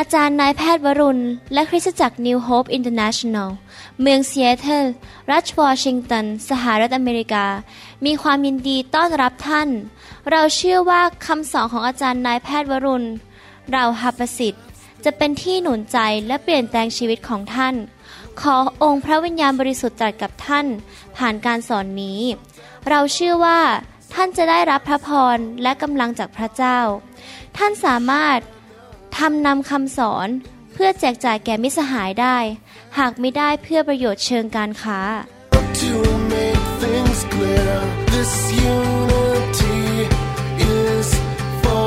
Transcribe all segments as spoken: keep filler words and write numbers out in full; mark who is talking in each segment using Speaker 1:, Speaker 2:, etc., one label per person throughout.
Speaker 1: อาจารย์นายแพทย์วรุณและคริสตจักร New Hope International เมืองซีแอตเทิลรัฐวอชิงตันสหรัฐอเมริกามีความยินดีต้อนรับท่านเราเชื่อว่าคำสอนของอาจารย์นายแพทย์วรุณเราหประสิทธิ์จะเป็นที่หนุนใจและเปลี่ยนแปลงชีวิตของท่านขอองค์พระวิญญาณบริสุทธิ์ตรัสกับท่านผ่านการสอนนี้เราเชื่อว่าท่านจะได้รับพระพรและกำลังจากพระเจ้าท่านสามารถทำนำคำสอนเพื่อแจกจ่ายแก่มิตรสหายได้หากไม่ได้เพื่อประโยชน์เชิงการค้า
Speaker 2: To make things clear, this unity is for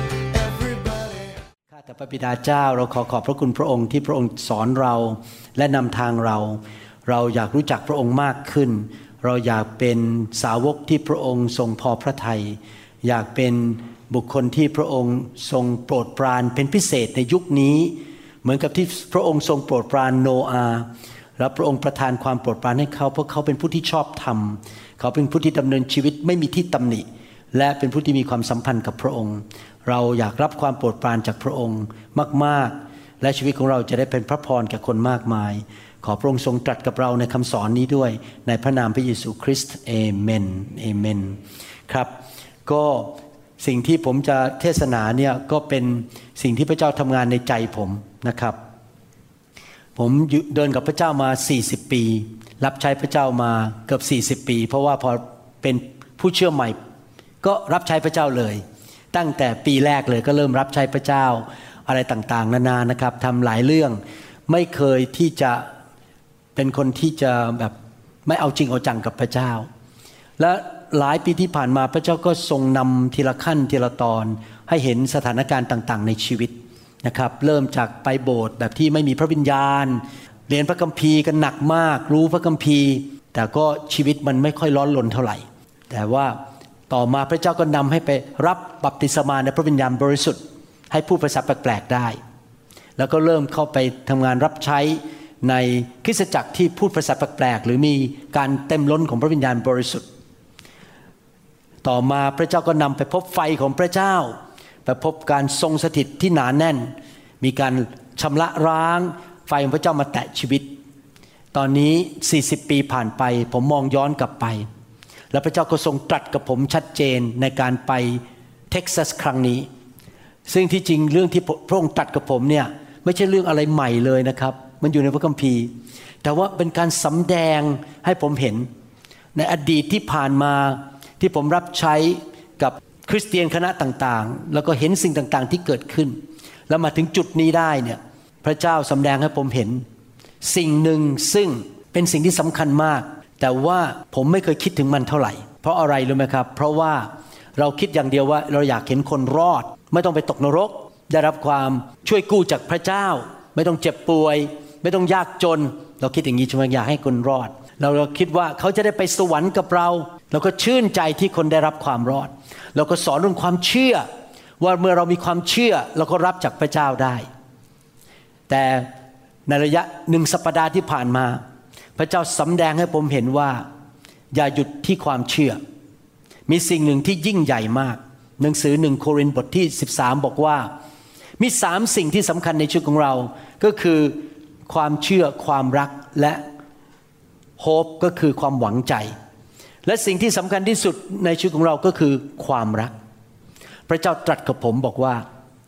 Speaker 2: everybody.
Speaker 3: ข้าแต่พระบิดาเจ้าเราขอขอบพระคุณพระองค์ที่พระองค์สอนเราและนำทางเราเราอยากรู้จักพระองค์มากขึ้นเราอยากเป็นสาวกที่พระองค์ทรงพอพระทัยอยากเป็นบุคคลที่พระองค์ทรงโปรดปรานเป็นพิเศษในยุคนี้เหมือนกับที่พระองค์ทรงโปรดปรานโนอาห์และพระองค์ประทานความโปรดปรานให้เขาเพราะเขาเป็นผู้ที่ชอบธรรมเขาเป็นผู้ที่ดำเนินชีวิตไม่มีที่ตำหนิและเป็นผู้ที่มีความสัมพันธ์กับพระองค์เราอยากรับความโปรดปรานจากพระองค์มากๆและชีวิตของเราจะได้เป็นพระพรแก่คนมากมายขอพระองค์ทรงตรัสกับเราในคำสอนนี้ด้วยในพระนามพระเยซูคริสต์เอเมนเอเมนครับก็สิ่งที่ผมจะเทศนาเนี่ยก็เป็นสิ่งที่พระเจ้าทำงานในใจผมนะครับผมเดินกับพระเจ้ามาสี่สิบปีรับใช้พระเจ้ามาเกือบสี่สิบปีเพราะว่าพอเป็นผู้เชื่อใหม่ก็รับใช้พระเจ้าเลยตั้งแต่ปีแรกเลยก็เริ่มรับใช้พระเจ้าอะไรต่างๆนานานะครับทำหลายเรื่องไม่เคยที่จะเป็นคนที่จะแบบไม่เอาจริงเอาจังกับพระเจ้าและหลายปีที่ผ่านมาพระเจ้าก็ทรงนำทีละขั้นทีละตอนให้เห็นสถานการณ์ต่างๆในชีวิตนะครับเริ่มจากไปโบสถ์แบบที่ไม่มีพระวิญญาณเรียนพระคัมภีร์กันหนักมากรู้พระคัมภีร์แต่ก็ชีวิตมันไม่ค่อยร้อนรนเท่าไหร่แต่ว่าต่อมาพระเจ้าก็นำให้ไปรับบัพติศมาในพระวิญญาณบริสุทธิ์ให้พูดภาษาแปลกๆได้แล้วก็เริ่มเข้าไปทำงานรับใช้ในคริสตจักรที่พูดภาษาแปลกๆหรือมีการเต็มล้นของพระวิญญาณบริสุทธิ์ต่อมาพระเจ้าก็นำไปพบไฟของพระเจ้าไปพบการทรงสถิตที่หนาแน่นมีการชำระล้างไฟของพระเจ้ามาแตะชีวิตตอนนี้สี่สิบปีผ่านไปผมมองย้อนกลับไปแล้วพระเจ้าก็ทรงตรัสกับผมชัดเจนในการไปเท็กซัสครั้งนี้ซึ่งที่จริงเรื่องที่พระองค์ตรัสกับผมเนี่ยไม่ใช่เรื่องอะไรใหม่เลยนะครับมันอยู่ในพระคัมภีร์แต่ว่าเป็นการสำแดงให้ผมเห็นในอดีตที่ผ่านมาที่ผมรับใช้กับคริสเตียนคณะต่างๆแล้วก็เห็นสิ่งต่างๆที่เกิดขึ้นแล้วมาถึงจุดนี้ได้เนี่ยพระเจ้าสำแดงให้ผมเห็นสิ่งหนึ่งซึ่งเป็นสิ่งที่สำคัญมากแต่ว่าผมไม่เคยคิดถึงมันเท่าไหร่เพราะอะไรรู้ไหมครับเพราะว่าเราคิดอย่างเดียวว่าเราอยากเห็นคนรอดไม่ต้องไปตกนรกได้รับความช่วยกู้จากพระเจ้าไม่ต้องเจ็บป่วยไม่ต้องยากจนเราคิดอย่างนี้ใช่ไหมอยากให้คนรอดเราเราคิดว่าเขาจะได้ไปสวรรค์กับเราเราก็ชื่นใจที่คนได้รับความรอดเราก็สอนเรื่องความเชื่อว่าเมื่อเรามีความเชื่อเราก็รับจากพระเจ้าได้แต่ในระยะหนึ่งสัปดาห์ที่ผ่านมาพระเจ้าสำแดงให้ผมเห็นว่าอย่าหยุดที่ความเชื่อมีสิ่งหนึ่งที่ยิ่งใหญ่มากหนังสือหนึ่งโครินธ์บทที่สิบสามบอกว่ามีสามสิ่งที่สำคัญในชีวิตของเราก็คือความเชื่อความรักและโฮปก็คือความหวังใจและสิ่งที่สำคัญที่สุดในชีวิตของเราก็คือความรักพระเจ้าตรัสกับผมบอกว่า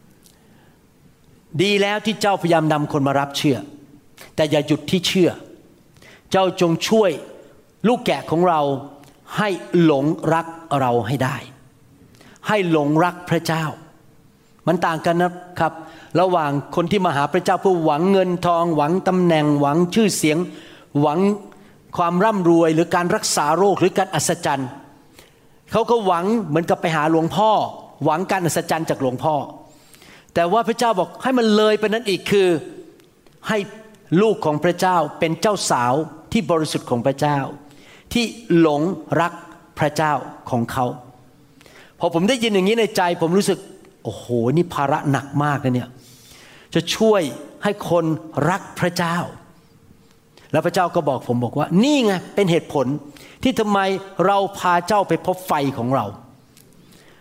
Speaker 3: ดีแล้วที่เจ้าพยายามนำคนมารับเชื่อแต่อย่าหยุดที่เชื่อเจ้าจงช่วยลูกแกะของเราให้หลงรักเราให้ได้ให้หลงรักพระเจ้ามันต่างกันนะครับระหว่างคนที่มาหาพระเจ้าเพื่อหวังเงินทองหวังตำแหน่งหวังชื่อเสียงหวังความร่ำรวยหรือการรักษาโรคหรือการอัศจรรย์เขาก็หวังเหมือนกับไปหาหลวงพ่อหวังการอัศจรรย์จากหลวงพ่อแต่ว่าพระเจ้าบอกให้มันเลยไปนั้นอีกคือให้ลูกของพระเจ้าเป็นเจ้าสาวที่บริสุทธิ์ของพระเจ้าที่หลงรักพระเจ้าของเขาพอผมได้ยินอย่างนี้ในใจผมรู้สึกโอ้โหนี่ภาระหนักมากนะเนี่ยจะช่วยให้คนรักพระเจ้าแล้วพระเจ้าก็บอกผมบอกว่านี่ไงเป็นเหตุผลที่ทำไมเราพาเจ้าไปพบไฟของเรา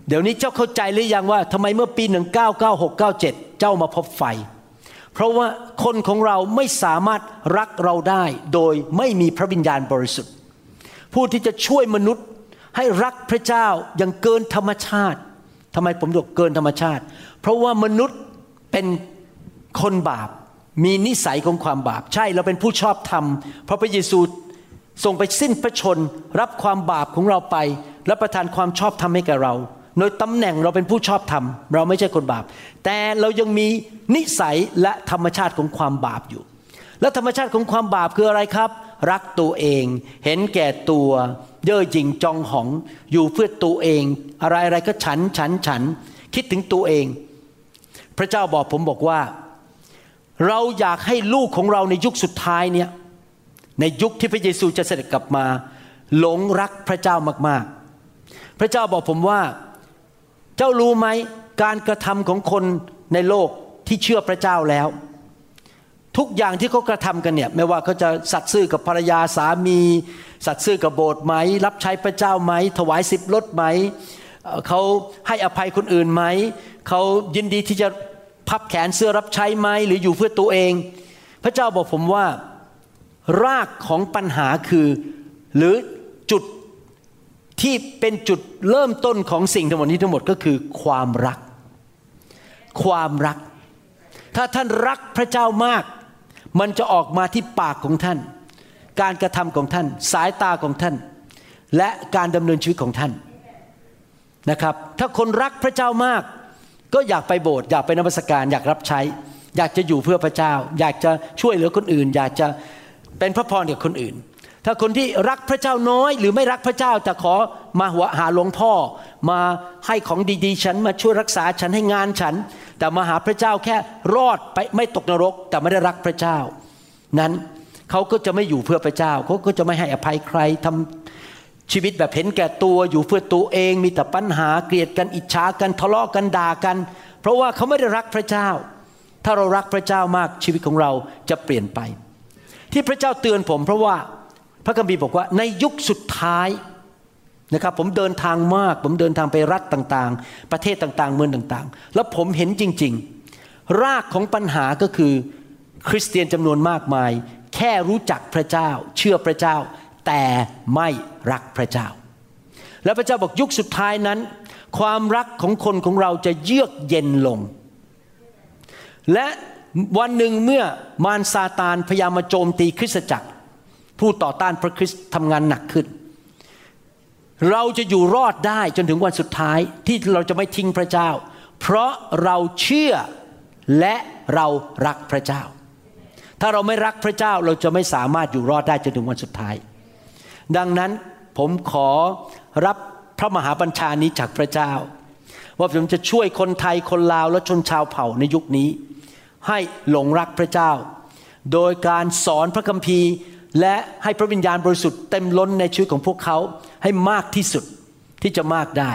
Speaker 3: เดี๋ยวนี้เจ้าเข้าใจหรือยังว่าทำไมเมื่อปีหนึ่งเก้าเก้าหก เก้าเจ็ดเจ้ามาพบไฟเพราะว่าคนของเราไม่สามารถรักเราได้โดยไม่มีพระวิญญาณบริสุทธิ์ผู้ที่จะช่วยมนุษย์ให้รักพระเจ้าอย่างเกินธรรมชาติทำไมผมบอกเกินธรรมชาติเพราะว่ามนุษย์เป็นคนบาปมีนิสัยของความบาปใช่เราเป็นผู้ชอบธรรมเพราะพระเยซูทรงไปสิ้นพระชนรับความบาปของเราไปและประทานความชอบธรรมให้แก่เราโดยตำแหน่งเราเป็นผู้ชอบธรรมเราไม่ใช่คนบาปแต่เรายังมีนิสัยและธรรมชาติของความบาปอยู่และธรรมชาติของความบาปคืออะไรครับรักตัวเองเห็นแก่ตัวเย่อหยิ่งจองหองอยู่เพื่อตัวเองอะไรอะไรก็ฉันฉันฉันคิดถึงตัวเองพระเจ้าบอกผมบอกว่าเราอยากให้ลูกของเราในยุคสุดท้ายเนี่ยในยุคที่พระเยซูจะเสด็จกลับมาหลงรักพระเจ้ามากๆพระเจ้าบอกผมว่าเจ้ารู้ไหมการกระทำของคนในโลกที่เชื่อพระเจ้าแล้วทุกอย่างที่เขากระทำกันเนี่ยไม่ว่าเขาจะสัตย์ซื่อกับภรรยาสามีสัตย์ซื่อกับโบสถ์ไหมรับใช้พระเจ้าไหมถวายสิบลดไหมเขาให้อภัยคนอื่นไหมเขายินดีที่จะพับแขนเสื้อรับใช้ไหมหรืออยู่เพื่อตัวเองพระเจ้าบอกผมว่ารากของปัญหาคือหรือจุดที่เป็นจุดเริ่มต้นของสิ่งทั้งหมดนี้ทั้งหมดก็คือความรักความรักถ้าท่านรักพระเจ้ามากมันจะออกมาที่ปากของท่านการกระทำของท่านสายตาของท่านและการดำเนินชีวิตของท่านนะครับถ้าคนรักพระเจ้ามากก็อยากไปโบสถ์อยากไปนมัสการอยากรับใช้อยากจะอยู่เพื่อพระเจ้าอยากจะช่วยเหลือคนอื่นอยากจะเป็นพระพรแก่คนอื่นถ้าคนที่รักพระเจ้าน้อยหรือไม่รักพระเจ้าแต่ขอมาหาหลวงพ่อมาให้ของดีๆฉันมาช่วยรักษาฉันให้งานฉันแต่มาหาพระเจ้าแค่รอดไปไม่ตกนรกแต่ไม่ได้รักพระเจ้านั้นเขาก็จะไม่อยู่เพื่อพระเจ้าเขาก็จะไม่ให้อภัยใครทำชีวิตแบบเห็นแก่ตัวอยู่เพื่อตัวเองมีแต่ปัญหาเกลียดกันอิจฉากันทะเลาะกันด่ากันเพราะว่าเขาไม่ได้รักพระเจ้าถ้าเรารักพระเจ้ามากชีวิตของเราจะเปลี่ยนไปที่พระเจ้าเตือนผมเพราะว่าพระคัมภีร์บอกว่าในยุคสุดท้ายนะครับผมเดินทางมากผมเดินทางไปรัฐต่างๆประเทศต่างๆเมืองต่างๆแล้วผมเห็นจริงๆรากของปัญหาก็คือคริสเตียนจำนวนมากมายแค่รู้จักพระเจ้าเชื่อพระเจ้าแต่ไม่รักพระเจ้าแล้วพระเจ้าบอกยุคสุดท้ายนั้นความรักของคนของเราจะเยือกเย็นลงและวันหนึ่งเมื่อมารซาตานพยายามมาโจมตีคริสตจักรผู้ต่อต้านพระคริสต์ทำงานหนักขึ้นเราจะอยู่รอดได้จนถึงวันสุดท้ายที่เราจะไม่ทิ้งพระเจ้าเพราะเราเชื่อและเรารักพระเจ้าถ้าเราไม่รักพระเจ้าเราจะไม่สามารถอยู่รอดได้จนถึงวันสุดท้ายดังนั้นผมขอรับพระมหาบัญชานี้จากพระเจ้าว่าผมจะช่วยคนไทยคนลาวและชนชาวเผ่าในยุคนี้ให้หลงรักพระเจ้าโดยการสอนพระคัมภีร์และให้พระวิญญาณบริสุทธิ์เต็มล้นในชีวิตของพวกเขาให้มากที่สุดที่จะมากได้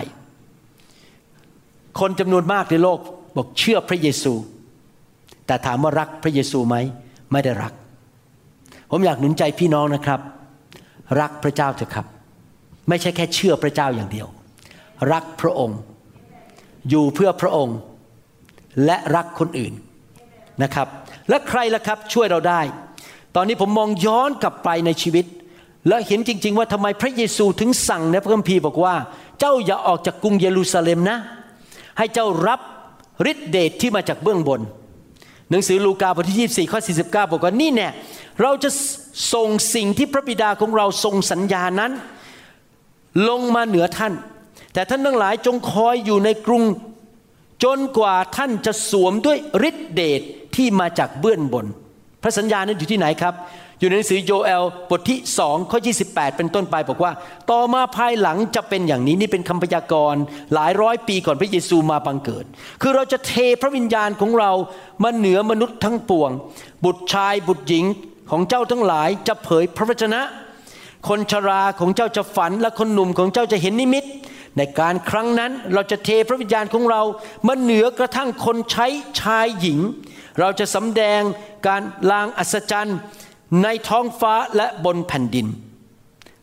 Speaker 3: คนจำนวนมากในโลกบอกเชื่อพระเยซูแต่ถามว่ารักพระเยซูไหมไม่ได้รักผมอยากหนุนใจพี่น้องนะครับรักพระเจ้าเถอะครับไม่ใช่แค่เชื่อพระเจ้าอย่างเดียวรักพระองค์อยู่เพื่อพระองค์และรักคนอื่นนะครับและใครล่ะครับช่วยเราได้ตอนนี้ผมมองย้อนกลับไปในชีวิตแล้วเห็นจริงๆว่าทำไมพระเยซูถึงสั่งในพระคัมภีร์บอกว่าเจ้าอย่าออกจากกรุงเยรูซาเล็มนะให้เจ้ารับฤทธิเดชที่มาจากเบื้องบนหนังสือลูกาบทที่ยี่สิบสี่ข้อสี่สิบเก้าบอกว่านี่แน่เราจะส่งสิ่งที่พระบิดาของเราทรงสัญญานั้นลงมาเหนือท่านแต่ท่านทั้งหลายจงคอยอยู่ในกรุงจนกว่าท่านจะสวมด้วยฤทธิเดชที่มาจากเบื้องบนพระสัญญานั้นอยู่ที่ไหนครับอยู่ในหนังสือโยเอลบทที่สองข้อยี่สิบแปดเป็นต้นไปบอกว่าต่อมาภายหลังจะเป็นอย่างนี้นี่เป็นคำพยากรณ์หลายร้อยปีก่อนพระเยซูมาบังเกิดคือเราจะเทพระวิญญาณของเรามาเหนือมนุษย์ทั้งปวงบุตรชายบุตรหญิงของเจ้าทั้งหลายจะเผยพระวจนะคนชราของเจ้าจะฝันและคนหนุ่มของเจ้าจะเห็นนิมิตในการครั้งนั้นเราจะเทพระวิญญาณของเรามาเหนือกระทั่งคนใช้ชายหญิงเราจะสำแดงการลางอัศจรรย์ในท้องฟ้าและบนแผ่นดิน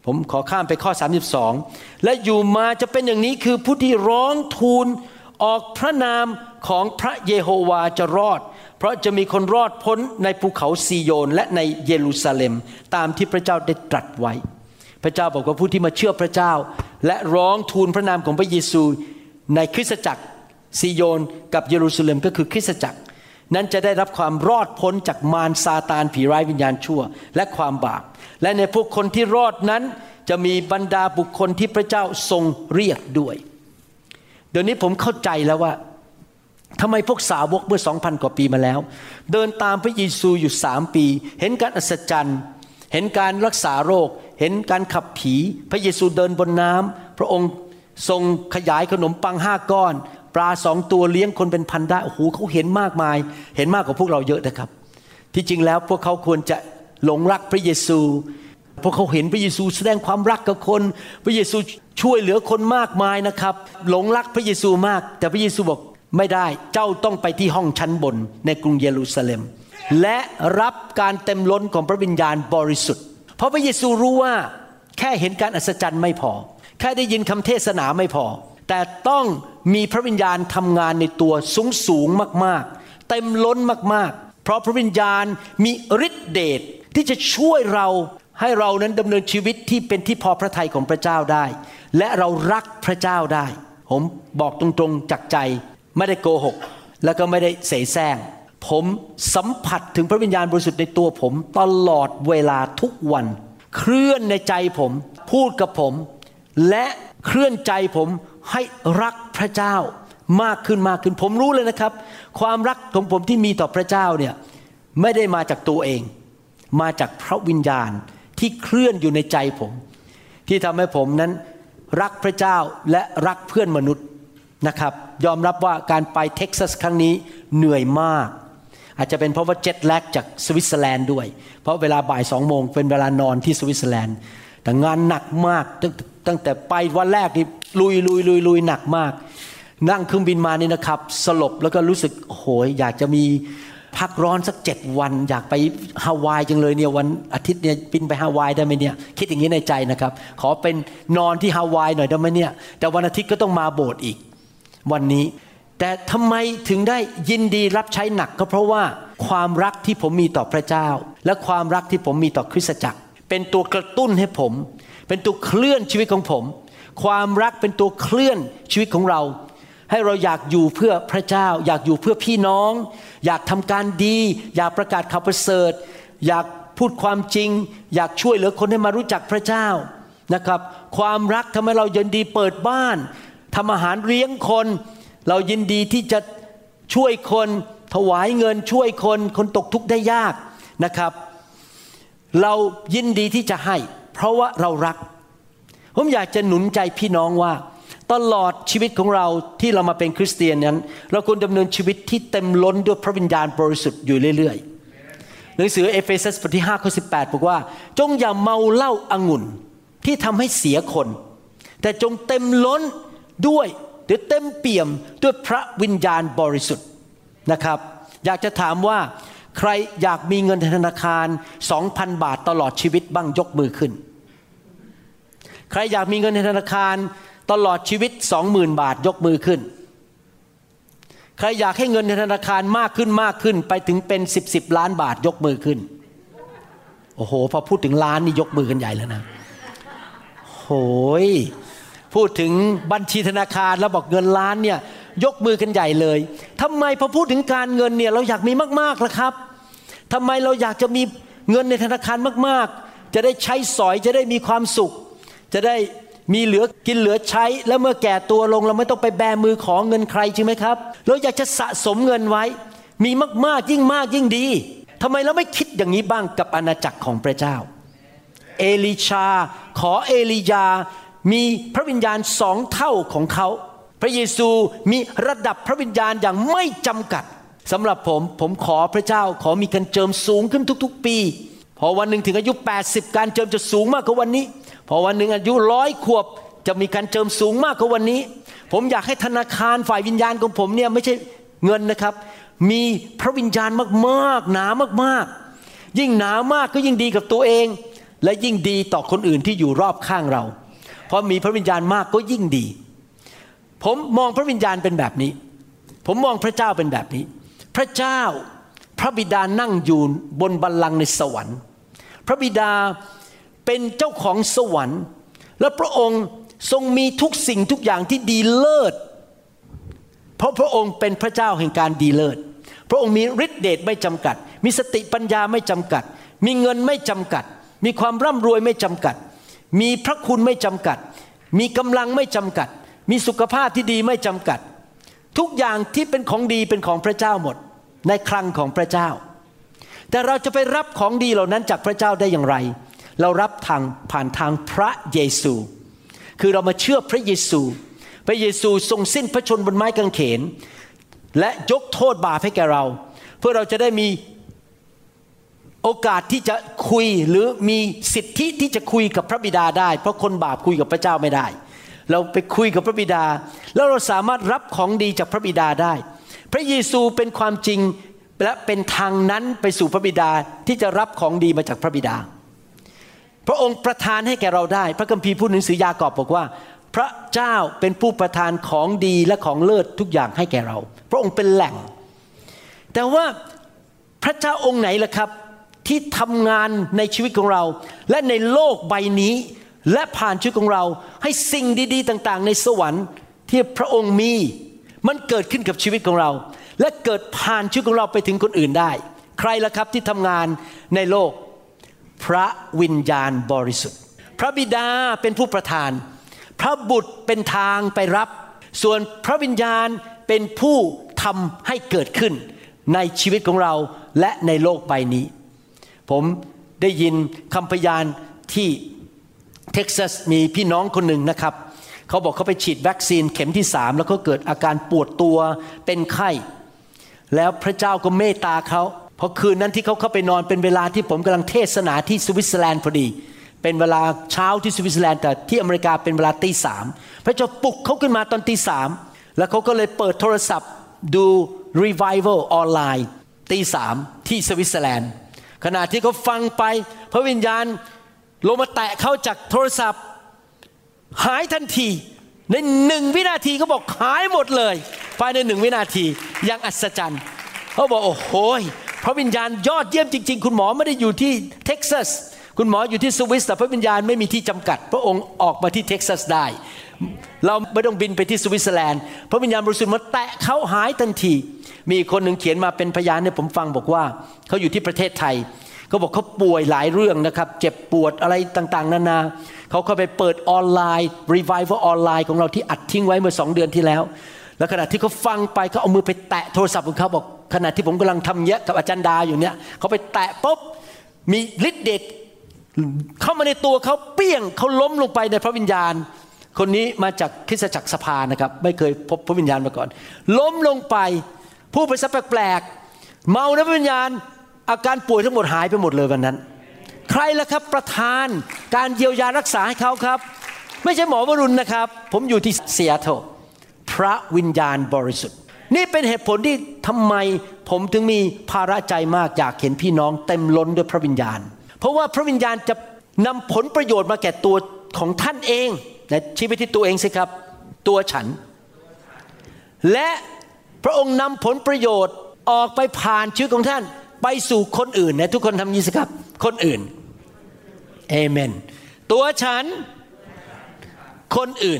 Speaker 3: ผมขอข้ามไปข้อสามสิบสองและอยู่มาจะเป็นอย่างนี้คือผู้ที่ร้องทูลออกพระนามของพระเยโฮวาจะรอดเพราะจะมีคนรอดพ้นในภูเขาซีโยนและในเยรูซาเล็มตามที่พระเจ้าได้ตรัสไว้พระเจ้าบอกว่าผู้ที่มาเชื่อพระเจ้าและร้องทูลพระนามของพระเยซูในคริสตจักรซีโยนกับเยรูซาเล็มก็คือคริสตจักรนั้นจะได้รับความรอดพ้นจากมารซาตานผีร้ายวิญญาณชั่วและความบาปและในพวกคนที่รอดนั้นจะมีบรรดาบุคคลที่พระเจ้าทรงเรียกด้วยเดี๋ยวนี้ผมเข้าใจแล้วว่าทำไมพวกสาวกเมื่อ สองพัน กว่าปีมาแล้วเดินตามพระเยซูอยู่สามปีเห็นการอัศจรรย์เห็นการรักษาโรคเห็นการขับผีพระเยซูเดินบนน้ำพระองค์ทรงขยายขนมปังห้าก้อนปลาสองตัวเลี้ยงคนเป็นพันได้โอ้โหเขาเห็นมากมายเห็นมากกว่าพวกเราเยอะนะครับที่จริงแล้วพวกเขาควรจะหลงรักพระเยซูพวกเขาเห็นพระเยซูแสดงความรักกับคนพระเยซูช่วยเหลือคนมากมายนะครับหลงรักพระเยซูมากแต่พระเยซูบอกไม่ได้เจ้าต้องไปที่ห้องชั้นบนในกรุงเยรูซาเล็มและรับการเต็มล้นของพระวิญญาณบริสุทธิ์เพราะพระเยซูรู้ว่าแค่เห็นการอัศจรรย์ไม่พอแค่ได้ยินคำเทศนาไม่พอแต่ต้องมีพระวิญญาณทำงานในตัวสูงสูงมากๆเต็มล้นมากๆเพราะพระวิญญาณมีฤทธิเดชที่จะช่วยเราให้เรานั้นดำเนินชีวิตที่เป็นที่พอพระทัยของพระเจ้าได้และเรารักพระเจ้าได้ผมบอกตรงๆจากใจไม่ได้โกหกแล้วก็ไม่ได้เสแสร้งผมสัมผัสถึงพระวิญญาณบริสุทธิ์ในตัวผมตลอดเวลาทุกวันเคลื่อนในใจผมพูดกับผมและเคลื่อนใจผมให้รักพระเจ้ามากขึ้นมากขึ้นผมรู้เลยนะครับความรักของผมที่มีต่อพระเจ้าเนี่ยไม่ได้มาจากตัวเองมาจากพระวิญญาณที่เคลื่อนอยู่ในใจผมที่ทำให้ผมนั้นรักพระเจ้าและรักเพื่อนมนุษย์นะครับยอมรับว่าการไปเท็กซัสครั้งนี้เหนื่อยมากอาจจะเป็นเพราะว่าเจ็ตแลกจากสวิตเซอร์แลนด์ด้วยเพราะเวลาบ่ายสองโมงเป็นเวลานอนที่สวิตเซอร์แลนด์แต่งานหนักมากตั้งแต่ไปวันแรกนี่ลุยลุยลุยลุยหนักมากนั่งเครื่องบินมานี่นะครับสลบแล้วก็รู้สึกโหยอยากจะมีพักร้อนสักเจ็ดวันอยากไปฮาวายจังเลยเนี่ยวันอาทิตย์เนี่ยบินไปฮาวายได้ไหมเนี่ยคิดอย่างนี้ในใจนะครับขอเป็นนอนที่ฮาวายหน่อยได้ไหมเนี่ยแต่วันอาทิตย์ก็ต้องมาโบสถ์อีกวันนี้แต่ทำไมถึงได้ยินดีรับใช้หนักก็เพราะว่าความรักที่ผมมีต่อพระเจ้าและความรักที่ผมมีต่อคริสตจักรเป็นตัวกระตุ้นให้ผมเป็นตัวเคลื่อนชีวิตของผมความรักเป็นตัวเคลื่อนชีวิตของเราให้เราอยากอยู่เพื่อพระเจ้าอยากอยู่เพื่อพี่น้องอยากทำการดีอยากประกาศข่าวประเสริฐอยากพูดความจริงอยากช่วยเหลือคนให้มารู้จักพระเจ้านะครับความรักทำให้เรายินดีเปิดบ้านทำอาหารเลี้ยงคนเรายินดีที่จะช่วยคนถวายเงินช่วยคนคนตกทุกข์ได้ยากนะครับเรายินดีที่จะให้เพราะว่าเรารักผมอยากจะหนุนใจพี่น้องว่าตลอดชีวิตของเราที่เรามาเป็นคริสเตียนนั้นเราควรดำเนินชีวิตที่เต็มล้นด้วยพระวิญญาณบริสุทธิ์อยู่เรื่อยๆหนังสือเอเฟซัสบทที่ห้าข้อสิบแปดบอกว่าจงอย่าเมาเหล้าองุ่นที่ทำให้เสียคนแต่จงเต็มล้นด้วยหรือเต็มเปี่ยมด้วยพระวิญญาณบริสุทธิ์นะครับอยากจะถามว่าใครอยากมีเงินในธนาคาร สองพัน บาทตลอดชีวิตบ้างยกมือขึ้นใครอยากมีเงินในธนาคารตลอดชีวิต สองหมื่น บาทยกมือขึ้นใครอยากให้เงินในธนาคารมากขึ้นมากขึ้นไปถึงเป็นสิบ สิบล้านบาทยกมือขึ้นโอ้โหพอพูดถึงล้านนี่ยกมือกันใหญ่แล้วนะโหยพูดถึงบัญชีธนาคารแล้วบอกเงินล้านเนี่ยยกมือกันใหญ่เลยทำไมพอพูดถึงการเงินเนี่ยเราอยากมีมากๆล่ะครับทำไมเราอยากจะมีเงินในธนาคารมากๆจะได้ใช้สอยจะได้มีความสุขจะได้มีเหลือกินเหลือใช้แล้วเมื่อแก่ตัวลงเราไม่ต้องไปแบมือขอเงินใครใช่ไหมครับเราอยากจะสะสมเงินไว้มีมากๆยิ่งมากยิ่งดีทำไมเราไม่คิดอย่างนี้บ้างกับอาณาจักรของพระเจ้าเอลีชาขอเอลียามีพระวิญญาณสองเท่าของเขาพระเยซูมีระดับพระวิญญาณอย่างไม่จำกัดสำหรับผมผมขอพระเจ้าขอมีการเจิมสูงขึ้นทุกๆปีพอวันหนึ่งถึงอายุแปดสิบการเจิมจะสูงมากกว่าวันนี้พอวันหนึ่งอายุร้อยขวบจะมีการเจิมสูงมากกว่าวันนี้ผมอยากให้ธนาคารฝ่ายวิญญาณของผมเนี่ยไม่ใช่เงินนะครับมีพระวิญญาณมากๆหนามากๆยิ่งหนามากก็ยิ่งดีกับตัวเองและยิ่งดีต่อคนอื่นที่อยู่รอบข้างเราเพราะมีพระวิญญาณมากก็ยิ่งดีผมมองพระวิญญาณเป็นแบบนี้ผมมองพระเจ้าเป็นแบบนี้พระเจ้าพระบิดานั่งอยู่บนบัลลังก์ในสวรรค์พระบิดาเป็นเจ้าของสวรรค์และพระองค์ทรงมีทุกสิ่งทุกอย่างที่ดีเลิศเพราะพระองค์เป็นพระเจ้าแห่งการดีเลิศพระองค์มีฤทธิ์เดชไม่จำกัดมีสติปัญญาไม่จำกัดมีเงินไม่จำกัดมีความร่ำรวยไม่จำกัดมีพระคุณไม่จำกัดมีกำลังไม่จำกัดมีสุขภาพที่ดีไม่จำกัดทุกอย่างที่เป็นของดีเป็นของพระเจ้าหมดในคลังของพระเจ้าแต่เราจะไปรับของดีเหล่านั้นจากพระเจ้าได้อย่างไรเรารับทางผ่านทางพระเยซูคือเรามาเชื่อพระเยซูพระเยซูทรงสิ้นพระชนม์บนไม้กางเขนและยกโทษบาปให้แก่เราเพื่อเราจะได้มีโอกาสที่จะคุยหรือมีสิทธิที่จะคุยกับพระบิดาได้เพราะคนบาปคุยกับพระเจ้าไม่ได้เราไปคุยกับพระบิดาแล้วเราสามารถรับของดีจากพระบิดาได้พระเยซูเป็นความจริงและเป็นทางนั้นไปสู่พระบิดาที่จะรับของดีมาจากพระบิดาพระองค์ประทานให้แก่เราได้พระคัมภีร์พูดในหนังสือยากอบบอกว่าพระเจ้าเป็นผู้ประทานของดีและของเลิศทุกอย่างให้แก่เราพระองค์เป็นแหล่งแต่ว่าพระเจ้าองค์ไหนล่ะครับที่ทำงานในชีวิตของเราและในโลกใบนี้และผ่านชีวิตของเราให้สิ่งดีๆต่างๆในสวรรค์ที่พระองค์มีมันเกิดขึ้นกับชีวิตของเราและเกิดผ่านชีวิตของเราไปถึงคนอื่นได้ใครล่ะครับที่ทำงานในโลกพระวิญญาณบริสุทธิ์พระบิดาเป็นผู้ประทานพระบุตรเป็นทางไปรับส่วนพระวิญญาณเป็นผู้ทำให้เกิดขึ้นในชีวิตของเราและในโลกใบนี้ผมได้ยินคำพยานที่เท็กซัสมีพี่น้องคนหนึ่งนะครับเขาบอกเขาไปฉีดวัคซีนเข็มที่สามแล้วก็เกิดอาการปวดตัวเป็นไข้แล้วพระเจ้าก็เมตตาเขาเพราะคืนนั้นที่เขาเข้าไปนอนเป็นเวลาที่ผมกำลังเทศนาที่สวิตเซอร์แลนด์พอดีเป็นเวลาเช้าที่สวิตเซอร์แลนด์แต่ที่อเมริกาเป็นเวลาตีสามพระเจ้าปลุกเขาขึ้นมาตอนตีสามแล้วเขาก็เลยเปิดโทรศัพท์ดู Revival ออนไลน์ตีสามที่สวิตเซอร์แลนด์ขณะที่เขาฟังไปพระวิญญาณลงมาแตะเขาจากโทรศัพท์หายทันทีในหนึ่งวินาทีเขาบอกหายหมดเลยภายในหนึ่งวินาทีอย่างอัศจรรย์เขาบอกโอ้โหพระวิญญาณยอดเยี่ยมจริงๆคุณหมอไม่ได้อยู่ที่เท็กซัสคุณหมออยู่ที่สวิสแต่พระวิญญาณไม่มีที่จำกัดพระองค์ออกมาที่เท็กซัสได้เราไม่ต้องบินไปที่สวิตเซอร์แลนด์พระวิญญาณบริสุทธิ์มาแตะเขาหายทันทีมีคนหนึ่งเขียนมาเป็นพยานให้ผมฟังบอกว่าเขาอยู่ที่ประเทศไทยเขาบอกเขาป่วยหลายเรื่องนะครับเจ็บปวดอะไรต่างๆนานาเขาเข้าไปเปิดออนไลน์ Revival ออนไลน์ของเราที่อัดทิ้งไว้เมื่อสองเดือนที่แล้วแล้วขณะที่เขาฟังไปเขาเอามือไปแตะโทรศัพท์ของเขาบอกขณะที่ผมกำลังทำเยอะกับอาจารย์ดาอยู่เนี่ยเขาไปแตะปุ๊บมีฤทธิ์เดชเข้ามาในตัวเขาเปี้ยงเขาล้มลงไปในพระวิญญาณคนนี้มาจากคริสตจักรสภานะครับไม่เคยพบพระวิญญาณมาก่อนล้มลงไปพูดภาษาแปลกๆเมาในพระวิญญาณอาการป่วยทั้งหมดหายไปหมดเลยวันนั้นใครล่ะครับประทานการเยียวยารักษาให้เขาครับไม่ใช่หมอวรุณนะครับผมอยู่ที่ซีแอตเทิลพระวิญญาณบริสุทธิ์นี่เป็นเหตุผลที่ทำไมผมถึงมีภาระใจมากอยากเห็นพี่น้องเต็มล้นด้วยพระวิญญาณเพราะว่าพระวิญญาณจะนำผลประโยชน์มาแก่ตัวของท่านเองแต่ชี้ไปที่ตัวเองสิครับตัวฉันและพระองค์นำผลประโยชน์ออกไปผ่านชีวิตของท่านไปสู่คนอื่นนะทุกคนทำงี้สิครับคนอื่นเอเมนตัวฉันคนอื่น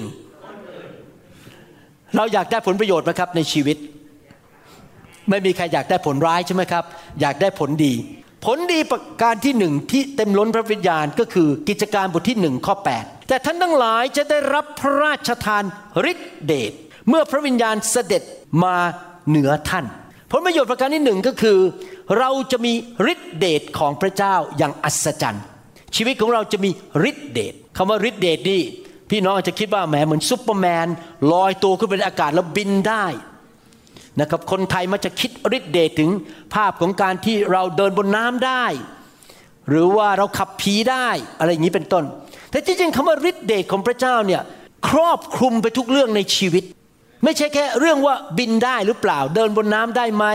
Speaker 3: เราอยากได้ผลประโยชน์ไหมครับในชีวิตไม่มีใครอยากได้ผลร้ายใช่ไหมครับอยากได้ผลดีผลดีประการที่หนึ่งที่เต็มล้นพระวิญญาณก็คือกิจการบทที่หนึ่งข้อแปดแต่ท่านทั้งหลายจะได้รับพระราชทานฤทธิเดชเมื่อพระวิญญาณเสด็จมาเหนือท่านผลประโยชน์ประการที่หนึ่งก็คือเราจะมีฤทธิเดชของพระเจ้าอย่างอัศจรรย์ชีวิตของเราจะมีฤทธิเดชคำว่าฤทธิเดชนี่พี่น้องอาจจะคิดว่าแหมเหมือนซุปเปอร์แมนลอยตัวขึ้นไปในอากาศแล้วบินได้นะครับคนไทยมักจะคิดฤทธิเดชถึงภาพของการที่เราเดินบนน้ำได้หรือว่าเราขับผีได้อะไรอย่างนี้เป็นต้นแต่จริงๆคำว่าฤทธิเดชของพระเจ้าเนี่ยครอบคลุมไปทุกเรื่องในชีวิตไม่ใช่แค่เรื่องว่าบินได้หรือเปล่าเดินบนน้ำได้ไหม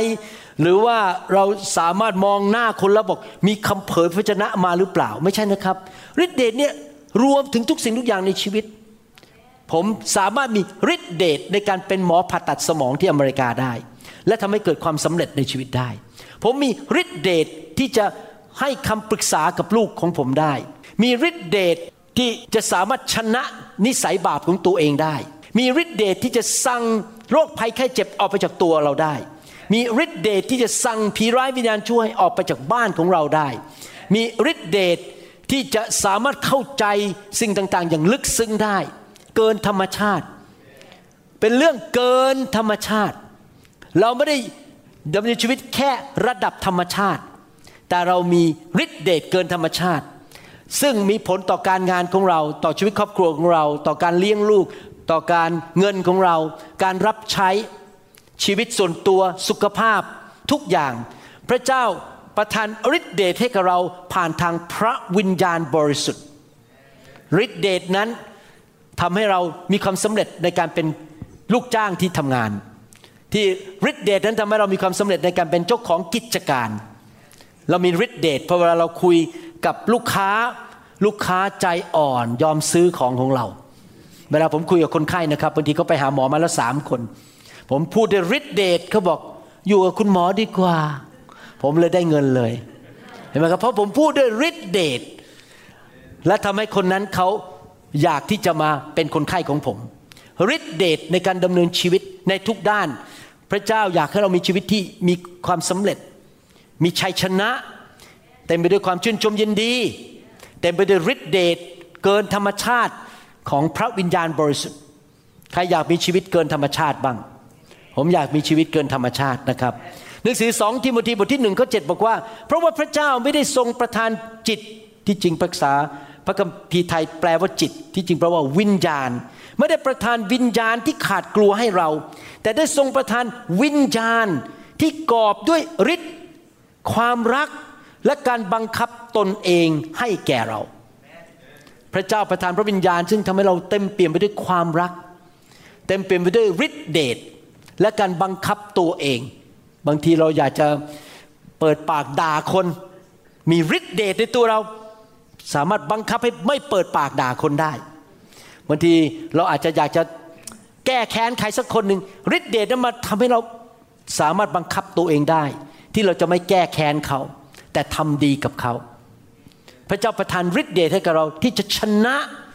Speaker 3: หรือว่าเราสามารถมองหน้าคนแล้วบอกมีคำเผยพระวจนะมาหรือเปล่าไม่ใช่นะครับฤทธิเดชเนี่ยรวมถึงทุกสิ่งทุกอย่างในชีวิตผมสามารถมีฤทธิเดชในการเป็นหมอผ่าตัดสมองที่อเมริกาได้และทำให้เกิดความสำเร็จในชีวิตได้ผมมีฤทธิเดชที่จะให้คำปรึกษากับลูกของผมได้มีฤทธิเดชที่จะสามารถชนะนิสัยบาปของตัวเองได้มีฤทธิเดชที่จะสั่งโรคภัยไข้เจ็บออกไปจากตัวเราได้มีฤทธิเดชที่จะสั่งผีร้ายวิญญาณชั่วให้ออกไปจากบ้านของเราได้มีฤทธิเดชที่จะสามารถเข้าใจสิ่งต่างๆอย่างลึกซึ้งได้เกินธรรมชาติเป็นเรื่องเกินธรรมชาติเราไม่ได้ดำเนินชีวิตแค่ระดับธรรมชาติแต่เรามีฤทธิเดชเกินธรรมชาติซึ่งมีผลต่อการงานของเราต่อชีวิตครอบครัวของเราต่อการเลี้ยงลูกต่อการเงินของเราการรับใช้ชีวิตส่วนตัวสุขภาพทุกอย่างพระเจ้าประทานฤทธิเดชให้กับเราผ่านทางพระวิญญาณบริสุทธิ์ฤทธิเดชนั้นทำให้เรามีความสำเร็จในการเป็นลูกจ้างที่ทำงานที่ฤทธิเดชนั้นทำให้เรามีความสำเร็จในการเป็นเจ้าของกิจการเรามีฤทธิเดชเพราะเวลาเราคุยกับลูกค้าลูกค้าใจอ่อนยอมซื้อของของเราเวลาผมคุยกับคนไข้นะครับบางทีเขาไปหาหมอมาแล้วสามคนผมพูดด้วยฤทธิเดชเขาบอกอยู่กับคุณหมอดีกว่าผมเลยได้เงินเลยเห็นไหมครับเพราะผมพูดด้วยฤทธิเดชและทำให้คนนั้นเขาอยากที่จะมาเป็นคนไข้ของผมฤทธิเดชในการดำเนินชีวิตในทุกด้านพระเจ้าอยากให้เรามีชีวิตที่มีความสำเร็จมีชัยชนะเต็มไปด้วยความชื่นชมยินดีเต็มไปด้วยฤทธิเดชเกินธรรมชาติของพระวิญญาณบริสุทธิ์ใครอยากมีชีวิตเกินธรรมชาติบ้างผมอยากมีชีวิตเกินธรรมชาตินะครับหนังสือสองทิโมธีบทที่หนึ่งข้อเจ็ดบอกว่าเพราะว่าพระเจ้าไม่ได้ทรงประทานจิตที่จริงภาษาพระคัมภีร์ไทยแปลว่าจิตที่จริงแปลว่าวิญญาณไม่ได้ประทานวิญญาณที่ขาดกลัวให้เราแต่ได้ทรงประทานวิญญาณที่กอบด้วยฤทธิ์ความรักและการบังคับตนเองให้แก่เราพระเจ้าประทานพระวิญญาณซึ่งทำให้เราเต็มเปี่ยมไปด้วยความรักเต็มเปี่ยมไปด้วยฤทธิ์เดชและการบังคับตัวเองบางทีเราอยากจะเปิดปากด่าคนมีฤทธิ์เดชในตัวเราสามารถบังคับให้ไม่เปิดปากด่าคนได้บางทีเราอาจจะอยากจะแก้แค้นใครสักคนหนึ่งฤทธิ์เดชนั้นมาทำให้เราสามารถบังคับตัวเองได้ที่เราจะไม่แก้แค้นเขาแต่ทำดีกับเขาพระเจ้าประทานฤทธิ์เดชให้กับเราที่จะชนะ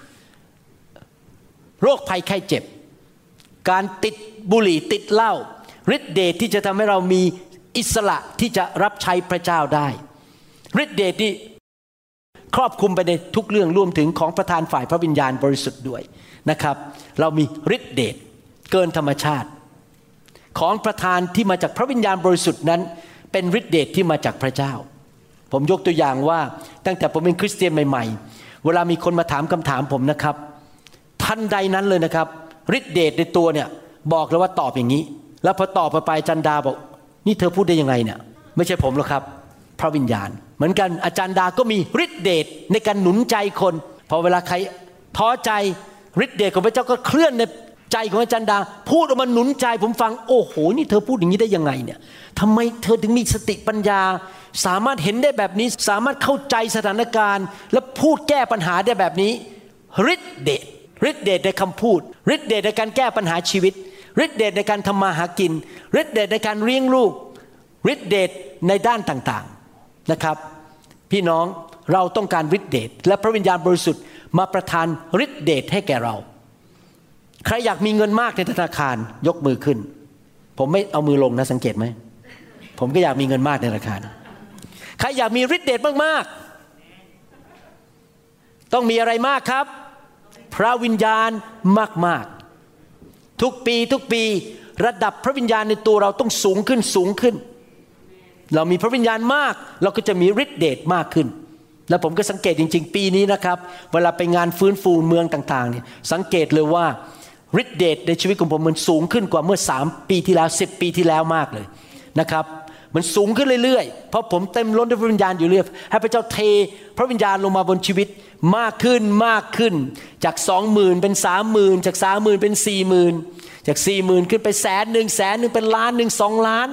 Speaker 3: โรคภัยไข้เจ็บการติดบุหรี่ติดเหล้าฤทธิ์เดชที่จะทำให้เรามีอิสระที่จะรับใช้พระเจ้าได้ฤทธิ์เดชที่ครอบคลุมไปในทุกเรื่องรวมถึงของประทานฝ่ายพระวิญญาณบริสุทธิ์ด้วยนะครับเรามีฤทธิ์เดชเกินธรรมชาติของประทานที่มาจากพระวิญญาณบริสุทธิ์นั้นเป็นฤทธิ์เดชที่มาจากพระเจ้าผมยกตัวอย่างว่าตั้งแต่ผมเป็นคริสเตียนใหม่ๆเวลามีคนมาถามคำถามผมนะครับทันใดนั้นเลยนะครับฤทธิ์เดชในตัวเนี่ยบอกเลยว่าตอบอย่างนี้แล้วพอตอบไปไปจันดาบอกนี่เธอพูดได้ยังไงเนี่ยไม่ใช่ผมหรอกครับพระวิญญาณเหมือนกันอาจารย์ดาก็มีฤทธิ์เดชในการหนุนใจคนพอเวลาใครท้อใจฤทธิ์เดชของพระเจ้าก็เคลื่อนในใจของอาจารย์ดาพูดออกมาหนุนใจผมฟังโอ้โหนี่เธอพูดอย่างนี้ได้ยังไงเนี่ยทำไมเธอถึงมีสติปัญญาสามารถเห็นได้แบบนี้สามารถเข้าใจสถานการณ์และพูดแก้ปัญหาได้แบบนี้ฤทธิ์เดชฤทธิ์เดชในคำพูดฤทธิ์เดชในการแก้ปัญหาชีวิตฤทธิ์เดชในการทำมาหากินฤทธิ์เดชในการเลี้ยงลูกฤทธิ์เดชในด้านต่างๆนะครับพี่น้องเราต้องการฤทธิ์เดชและพระวิญญาณบริสุทธิ์มาประทานฤทธิ์เดชให้แก่เราใครอยากมีเงินมากในธนาคารยกมือขึ้นผมไม่เอามือลงนะสังเกตไหมผมก็อยากมีเงินมากในธนาคารใครอยากมีฤทธิ์เดชมากๆต้องมีอะไรมากครับพระวิญญาณมากๆทุกปีทุกปีระดับพระวิญญาณในตัวเราต้องสูงขึ้นสูงขึ้นเรามีพระวิญญาณมากเราก็จะมีฤทธิ์เดชมากขึ้นแล้วผมก็สังเกตจริงๆปีนี้นะครับเวลาไปงานฟื้นฟูเมืองต่างๆเนี่ยสังเกตเลยว่าฤทธิ์เดชในชีวิตของผมมันสูงขึ้นกว่าเมื่อสามปีที่แล้วสิบปีที่แล้วมากเลยนะครับมันสูงขึ้นเรื่อยๆเพราะผมเต็มล้นด้วยพระวิญญาณอยู่เรื่อยให้พระเจ้าเทพระวิญญาณลงมาบนชีวิตมากขึ้นมากขึ้นจาก สองหมื่น เป็น สามหมื่น จาก สามหมื่น เป็น สี่หมื่น จาก สี่หมื่น ขึ้นไปแสนหนึ่งแสนหนึ่งเป็นล้านหนึ่งสองล้าน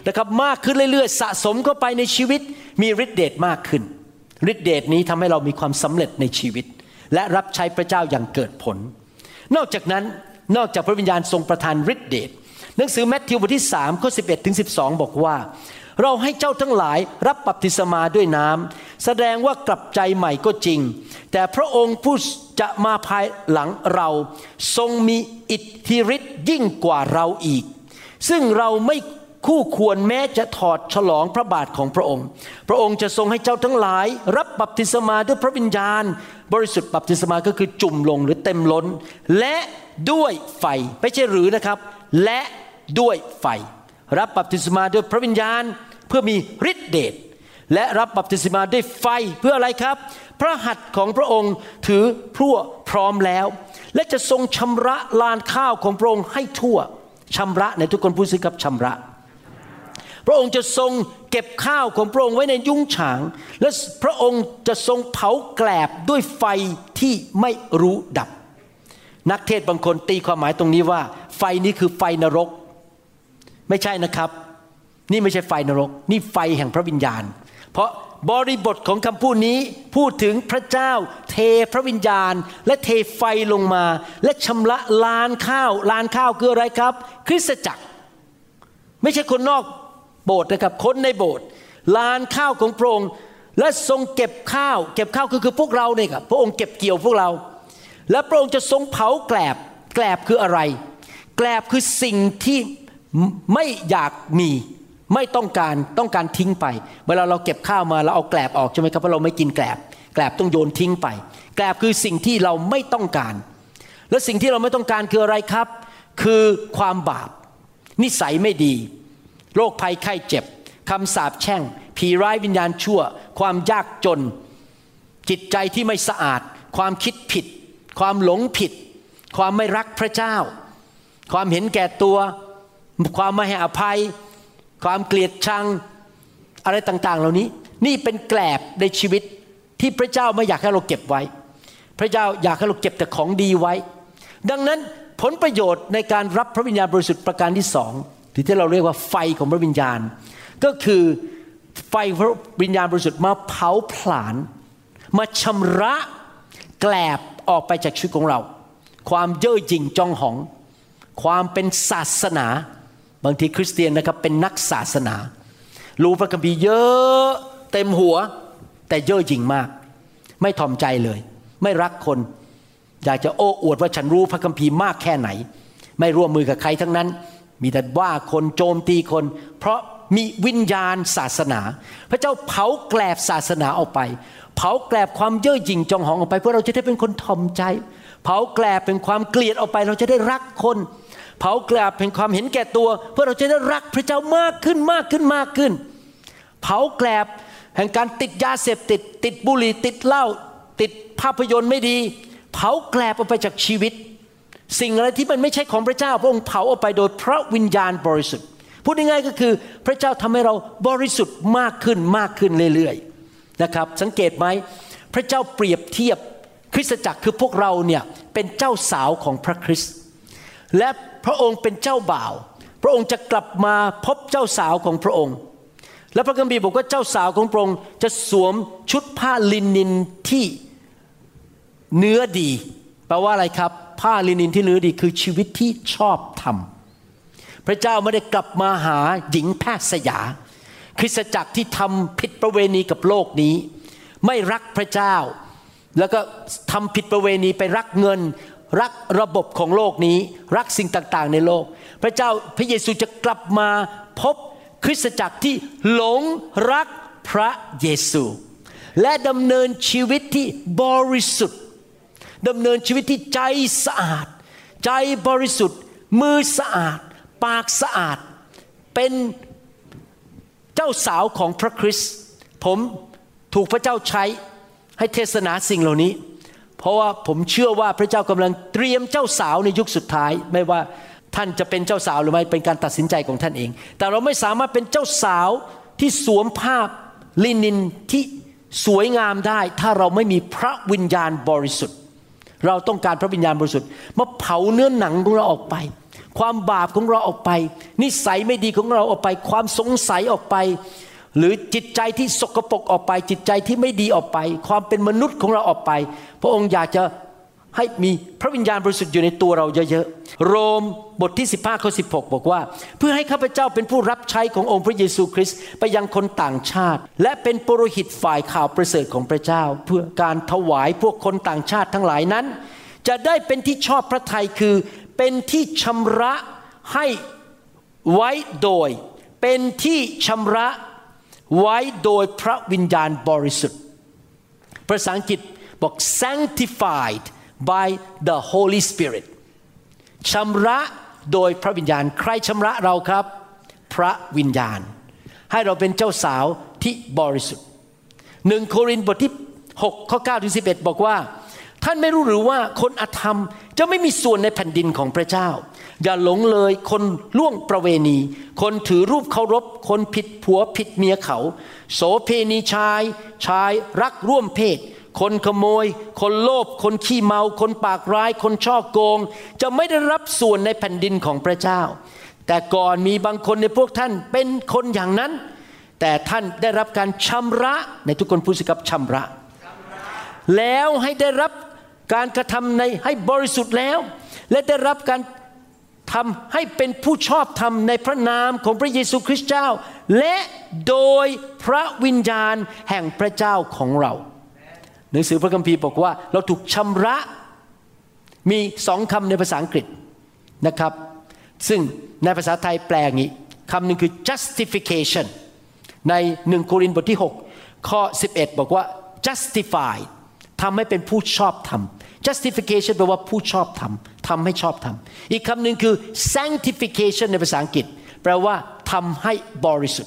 Speaker 3: นะครับมากขึ้นเรื่อยๆสะสมเข้าไปในชีวิตมีฤทธิ์เดชมากขึ้นฤทธิ์เดชนี้ทำให้เรามีความสำเร็จในชีวิตและรับใช้พระเจ้าอย่างเกิดผลนอกจากนั้นนอกจากพระวิญญาณทรงประทานฤทธิ์เดชหนังสือมัทธิวบทที่สามข้อสิบเอ็ดถึงสิบสองบอกว่าเราให้เจ้าทั้งหลายรับบัพติศมาด้วยน้ำแสดงว่ากลับใจใหม่ก็จริงแต่พระองค์ผู้จะมาภายหลังเราทรงมีอิทธิฤทธิ์ยิ่งกว่าเราอีกซึ่งเราไม่คู่ควรแม้จะถอดฉลองพระบาทของพระองค์พระองค์จะทรงให้เจ้าทั้งหลายรับบัพติศมาด้วยพระวิญญาณบริสุทธิ์บัพติศมาก็คือจุ่มลงหรือเต็มล้นและด้วยไฟไม่ใช่หรือนะครับและด้วยไฟรับบัพติศมาด้วยพระวิญญาณเพื่อมีฤทธิ์เดชและรับบัพติศมาด้วยไฟเพื่ออะไรครับพระหัตถ์ของพระองค์ถือพรั่วพร้อมแล้วและจะทรงชำระลานข้าวของพระองค์ให้ทั่วชำระในทุกคนพูดสิครับชำระพระองค์จะทรงเก็บข้าวของพระองค์ไว้ในยุ้งฉางและพระองค์จะทรงเผาแกลบด้วยไฟที่ไม่รู้ดับนักเทศน์บางคนตีความหมายตรงนี้ว่าไฟนี้คือไฟนรกไม่ใช่นะครับนี่ไม่ใช่ไฟนรกนี่ไฟแห่งพระวิญญาณเพราะบริบทของคำพูดนี้พูดถึงพระเจ้าเทพระวิญญาณและเทไฟลงมาและชำระลานข้าวลานข้าวคืออะไรครับคริสตจักรไม่ใช่คนนอกโบสถ์นะครับคนในโบสถ์ลานข้าวของพระองค์และทรงเก็บข้าวเก็บข้าวคือคือพวกเราเนี่ยครับพระองค์เก็บเกี่ยวพวกเราและพระองค์จะทรงเผาแกลบแกลบคืออะไรแกลบคือสิ่งที่ไม่อยากมีไม่ต้องการต้องการทิ้งไปเวลาเราเก็บข้าวมาเราเอาแกลบออกใช่ไหมครับเพราะเราไม่กินแกลบแกลบต้องโยนทิ้งไปแกลบคือสิ่งที่เราไม่ต้องการและสิ่งที่เราไม่ต้องการคืออะไรครับคือความบาปนิสัยไม่ดีโรคภัยไข้เจ็บคำสาปแช่งผีร้ายวิญญาณชั่วความยากจนจิตใจที่ไม่สะอาดความคิดผิดความหลงผิดความไม่รักพระเจ้าความเห็นแก่ตัวความไม่ให้อภัยความเกลียดชังอะไรต่างๆเหล่านี้นี่เป็นแกลบในชีวิตที่พระเจ้าไม่อยากให้เราเก็บไว้พระเจ้าอยากให้เราเก็บแต่ของดีไว้ดังนั้นผลประโยชน์ในการรับพระวิญญาณบริสุทธิ์ประการที่สองที่เราเรียกว่าไฟของพระวิญญาณก็คือไฟพระวิญญาณบริสุทธิ์มาเผาผลาญมาชำระแกลบออกไปจากชีวิตของเราความเย่อหยิ่งจองหองความเป็นศาสนาบางทีคริสเตียนนะครับเป็นนักศาสนารู้พระคัมภีร์เยอะเต็มหัวแต่เย่อหยิ่งมากไม่ถ่อมใจเลยไม่รักคนอยากจะโอ้อวดว่าฉันรู้พระคัมภีร์มากแค่ไหนไม่ร่วมมือกับใครทั้งนั้นมีแต่ว่าคนโจมตีคนเพราะมีวิญญาณศาสนาพระเจ้าเผาแกลบศาสนาออกไปเผาแกลบความเย่อหยิ่งจองหองออกไปเพื่อเราจะได้เป็นคนถ่อมใจเผาแกลบเป็นความเกลียดออกไปเราจะได้รักคนเผาแกลบเป็นความเห็นแก่ตัวเพื่อเราจะได้รักพระเจ้ามากขึ้นมากขึ้นมากขึ้นเผาแกลบแห่งการติดยาเสพติดติดบุหรี่ติดเหล้าติดภาพยนตร์ไม่ดีเผาแกลบออกไปจากชีวิตสิ่งอะไรที่มันไม่ใช่ของพระเจ้าพระองค์เผาออกไปโดยพระวิญญาณบริสุทธิ์พูดง่ายๆก็คือพระเจ้าทำให้เราบริสุทธิ์มากขึ้นมากขึ้นเรื่อยๆนะครับสังเกตไหมพระเจ้าเปรียบเทียบคริสตจักรคือพวกเราเนี่ยเป็นเจ้าสาวของพระคริสต์และพระองค์เป็นเจ้าบ่าวพระองค์จะกลับมาพบเจ้าสาวของพระองค์และพระคัมภีร์บอกว่าเจ้าสาวของพระองค์จะสวมชุดผ้าลินินที่เนื้อดีแปลว่าอะไรครับผ้าลินินที่เนื้อดีคือชีวิตที่ชอบธรรมพระเจ้าไม่ได้กลับมาหาหญิงแพทย์สยาคริสตจักรที่ทำผิดประเวณีกับโลกนี้ไม่รักพระเจ้าแล้วก็ทำผิดประเวณีไปรักเงินรักระบบของโลกนี้รักสิ่งต่างๆในโลกพระเจ้าพระเยซูจะกลับมาพบคริสตจักรที่หลงรักพระเยซูและดำเนินชีวิตที่บริสุทธิ์ดำเนินชีวิตที่ใจสะอาดใจบริสุทธิ์มือสะอาดปากสะอาดเป็นเจ้าสาวของพระคริสต์ผมถูกพระเจ้าใช้ให้เทศนาสิ่งเหล่านี้เพราะว่าผมเชื่อว่าพระเจ้ากำลังเตรียมเจ้าสาวในยุคสุดท้ายไม่ว่าท่านจะเป็นเจ้าสาวหรือไม่เป็นการตัดสินใจของท่านเองแต่เราไม่สามารถเป็นเจ้าสาวที่สวมผ้าลินินที่สวยงามได้ถ้าเราไม่มีพระวิญญาณบริสุทธิ์เราต้องการพระวิญญาณบริสุทธิ์มาเผาเนื้อหนังของเราออกไปความบาปของเราออกไปนิสัยไม่ดีของเราออกไปความสงสัยออกไปหรือจิตใจที่สกปรกออกไปจิตใจที่ไม่ดีออกไปความเป็นมนุษย์ของเราออกไปพระองค์อยากจะให้มีพระวิญญาณบริสุทธิ์อยู่ในตัวเราเยอะๆโรมบทที่สิบห้าข้อสิบหกบอกว่าเพื่อให้ข้าพเจ้าเป็นผู้รับใช้ขององค์พระเยซูคริสต์ไปยังคนต่างชาติและเป็นปุโรหิตฝ่ายข่าวประเสริฐของพระเจ้าเพื่อการถวายพวกคนต่างชาติทั้งหลายนั้นจะได้เป็นที่ชอบพระทัยคือเป็นที่ชำระให้ไว้โดยเป็นที่ชำระไว้โดยพระวิญญาณบริสุทธิ์ภาษาอังกฤษบอก sanctified by the Holy Spirit ชำระโดยพระวิญญาณใครชำระเราครับพระวิญญาณให้เราเป็นเจ้าสาวที่บริสุทธิ์หนึ่งโครินธ์บทที่หกข้อเก้าถึงสิบเอ็ดบอกว่าท่านไม่รู้หรือว่าคนอธรรมจะไม่มีส่วนในแผ่นดินของพระเจ้าอย่าหลงเลยคนล่วงประเวณีคนถือรูปเคารพคนผิดผัวผิดเมียเขาโสเพณีชายชายรักร่วมเพศคนขโมยคนโลภคนขี้เมาคนปากร้ายคนช่อโกงจะไม่ได้รับส่วนในแผ่นดินของพระเจ้าแต่ก่อนมีบางคนในพวกท่านเป็นคนอย่างนั้นแต่ท่านได้รับการชำระในทุกคนพูดสิครับชำระแล้วให้ได้รับการกระทำในให้บริสุทธิ์แล้วและได้รับการทำให้เป็นผู้ชอบธรรมในพระนามของพระเยซูคริสต์เจ้าและโดยพระวิญญาณแห่งพระเจ้าของเราหนังสือพระคัมภีร์บอกว่าเราถูกชำระมีสองคำในภาษาอังกฤษนะครับซึ่งในภาษาไทยแปลงี้คำหนึ่งคือ justification ในหนึ่งโครินธ์บทที่หกข้อสิบเอ็ดบอกว่า justify ทำให้เป็นผู้ชอบธรรม justification แปลว่าผู้ชอบธรรมทำให้ชอบธรรมอีกคำหนึ่งคือ sanctification ในภาษาอังกฤษแปลว่าทำให้บริสุทธิ์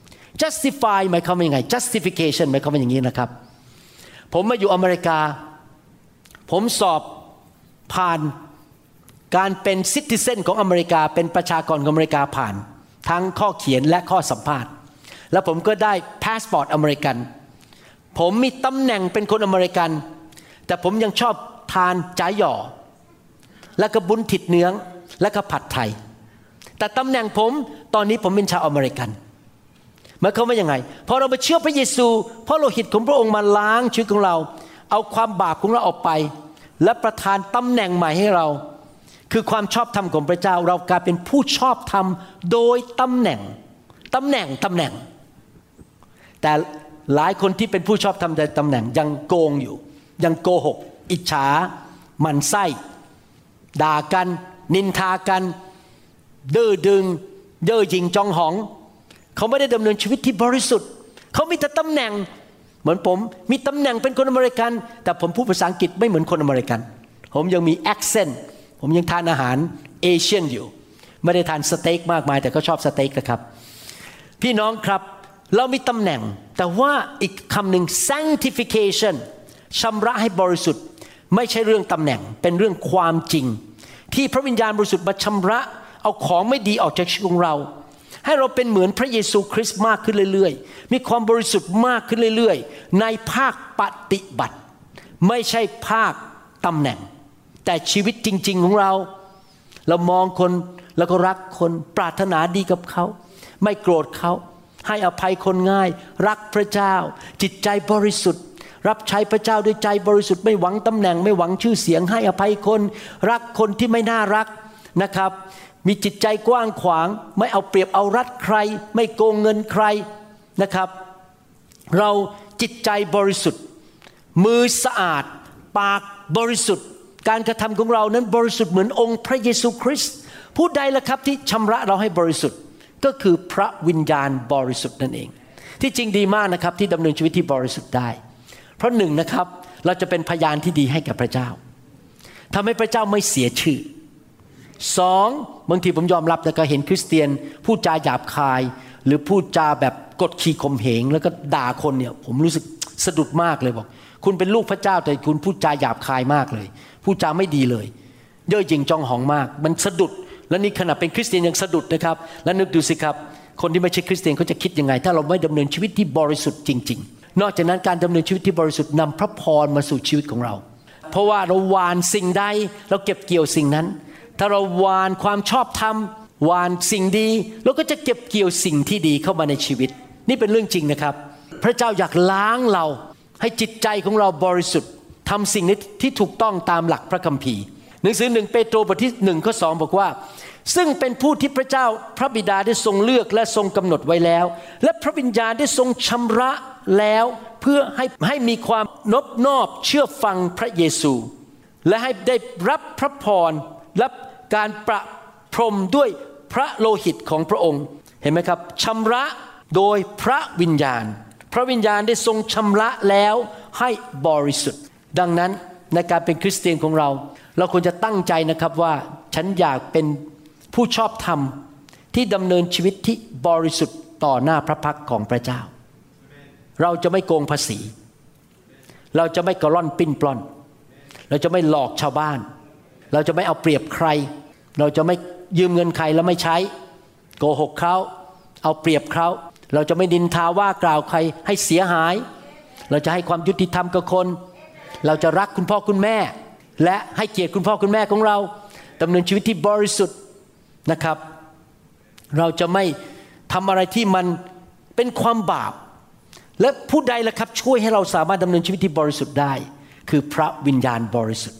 Speaker 3: justify หมายความว่ายังไง justification หมายความว่าอย่างนี้นะครับผมมาอยู่อเมริกาผมสอบผ่านการเป็นซิติเซนของอเมริกาเป็นประชากรของอเมริกาผ่านทั้งข้อเขียนและข้อสัมภาษณ์แล้วผมก็ได้พาสปอร์ตอเมริกันผมมีตำแหน่งเป็นคนอเมริกันแต่ผมยังชอบทานจ๋าหย่อแล้วก็บุญถิดเนื้อแล้วก็ผัดไทยแต่ตำแหน่งผมตอนนี้ผมเป็นชาวอเมริกันหมายความว่ายังไงพอเราไปเชื่อพระเยซูพระโลหิตของพระองค์มาล้างชีวิตของเราเอาความบาปของเราออกไปและประทานตำแหน่งใหม่ให้เราคือความชอบธรรมของพระเจ้าเรากลายเป็นผู้ชอบธรรมโดยตำแหน่งตำแหน่งตำแหน่งแต่หลายคนที่เป็นผู้ชอบธรรมแต่ตำแหน่งยังโกงอยู่ยังโกหกอิจฉาหมั่นไส้ด่ากันนินทากันดื้อดึงเย่อหยิ่งจองหองเขาไม่ได้ดำเนินชีวิตที่บริสุทธิ์เขามีแต่ตำแหน่งเหมือนผมมีตำแหน่งเป็นคนอเมริกันแต่ผมพูดภาษาอังกฤษไม่เหมือนคนอเมริกันผมยังมีแอคเซนต์ผมยังทานอาหารเอเชียนอยู่ไม่ได้ทานสเต็กมากมายแต่ก็ชอบสเต็กนะครับพี่น้องครับเรามีตำแหน่งแต่ว่าอีกคำหนึ่ง sanctification ชำระให้บริสุทธิ์ไม่ใช่เรื่องตำแหน่งเป็นเรื่องความจริงที่พระวิญญาณบริสุทธิ์มาชำระเอาของไม่ดีออกจากชีวิตของเราให้เราเป็นเหมือนพระเยซูคริสต์มากขึ้นเรื่อยๆมีความบริสุทธิ์มากขึ้นเรื่อยๆในภาคปฏิบัติไม่ใช่ภาคตำแหน่งแต่ชีวิตจริงๆของเราเรามองคนแล้วก็รักคนปรารถนาดีกับเขาไม่โกรธเขาให้อภัยคนง่ายรักพระเจ้าจิตใจบริสุทธิ์รับใช้พระเจ้าด้วยใจบริสุทธิ์ไม่หวังตำแหน่งไม่หวังชื่อเสียงให้อภัยคนรักคนที่ไม่น่ารักนะครับมีจิตใจกว้างขวางไม่เอาเปรียบเอารัดใครไม่โกงเงินใครนะครับเราจิตใจบริสุทธิ์มือสะอาดปากบริสุทธิ์การกระทำของเรานั้นบริสุทธิ์เหมือนองค์พระเยซูคริสต์ผู้ใดล่ะครับที่ชำระเราให้บริสุทธิ์ก็คือพระวิญญาณบริสุทธิ์นั่นเองที่จริงดีมากนะครับที่ดำเนินชีวิตที่บริสุทธิ์ได้เพราะหนึ่งนะครับเราจะเป็นพยานที่ดีให้กับพระเจ้าทำให้พระเจ้าไม่เสียชื่อสองบางทีผมยอมรับนะก็เห็นคริสเตียนพูดจาหยาบคายหรือพูดจาแบบกดขี่ข่มเหงแล้วก็ด่าคนเนี่ยผมรู้สึกสะดุดมากเลยบอกคุณเป็นลูกพระเจ้าแต่คุณพูดจาหยาบคายมากเลยพูดจาไม่ดีเลยเย่อหยิ่งจองหองมากมันสะดุดและนี่ขณะเป็นคริสเตียนยังสะดุดนะครับแล้วนึกดูสิครับคนที่ไม่ใช่คริสเตียนเขาจะคิดยังไงถ้าเราไม่ดำเนินชีวิตที่บริสุทธิ์จริงๆนอกจากนั้นการดำเนินชีวิตที่บริสุทธิ์นำพระพรมาสู่ชีวิตของเราเพราะว่าเราหว่านสิ่งใดเราเก็บเกี่ยวสิ่งนั้นถ้าเราหว่านความชอบธรรมหว่านสิ่งดีเราก็จะเก็บเกี่ยวสิ่งที่ดีเข้ามาในชีวิตนี่เป็นเรื่องจริงนะครับพระเจ้าอยากล้างเราให้จิตใจของเราบริสุทธิ์ทำสิ่งนี้ที่ถูกต้องตามหลักพระคัมภีร์หนังสือหนึ่งเปโตรบทที่หนึ่งข้อสองบอกว่าซึ่งเป็นผู้ที่พระเจ้าพระบิดาได้ทรงเลือกและทรงกำหนดไว้แล้วและพระวิญญาณได้ทรงชำระแล้วเพื่อให้ให้มีความนอบนอบเชื่อฟังพระเยซูและให้ได้รับพระพรรับการประพรมด้วยพระโลหิตของพระองค์เห็นไหมครับชำระโดยพระวิญญาณพระวิญญาณได้ทรงชำระแล้วให้บริสุทธิ์ดังนั้นในการเป็นคริสเตียนของเราเราควรจะตั้งใจนะครับว่าฉันอยากเป็นผู้ชอบธรรมที่ดำเนินชีวิตที่บริสุทธิ์ต่อหน้าพระพักของพระเจ้าเราจะไม่โกงภาษีเราจะไม่กระล่อนปิ้นปล้อนเราจะไม่หลอกชาวบ้านเราจะไม่เอาเปรียบใครเราจะไม่ยืมเงินใครแล้วไม่ใช้โกหกเขาเอาเปรียบเขาเราจะไม่ดินทาว่ากล่าวใครให้เสียหายเราจะให้ความยุติธรรมกับคนเราจะรักคุณพ่อคุณแม่และให้เกียรติคุณพ่อคุณแม่ของเราดำเนินชีวิตที่บริสุทธิ์นะครับเราจะไม่ทำอะไรที่มันเป็นความบาปและผู้ใดล่ะครับช่วยให้เราสามารถดำเนินชีวิตที่บริสุทธิ์ได้คือพระวิญญาณบริสุทธิ์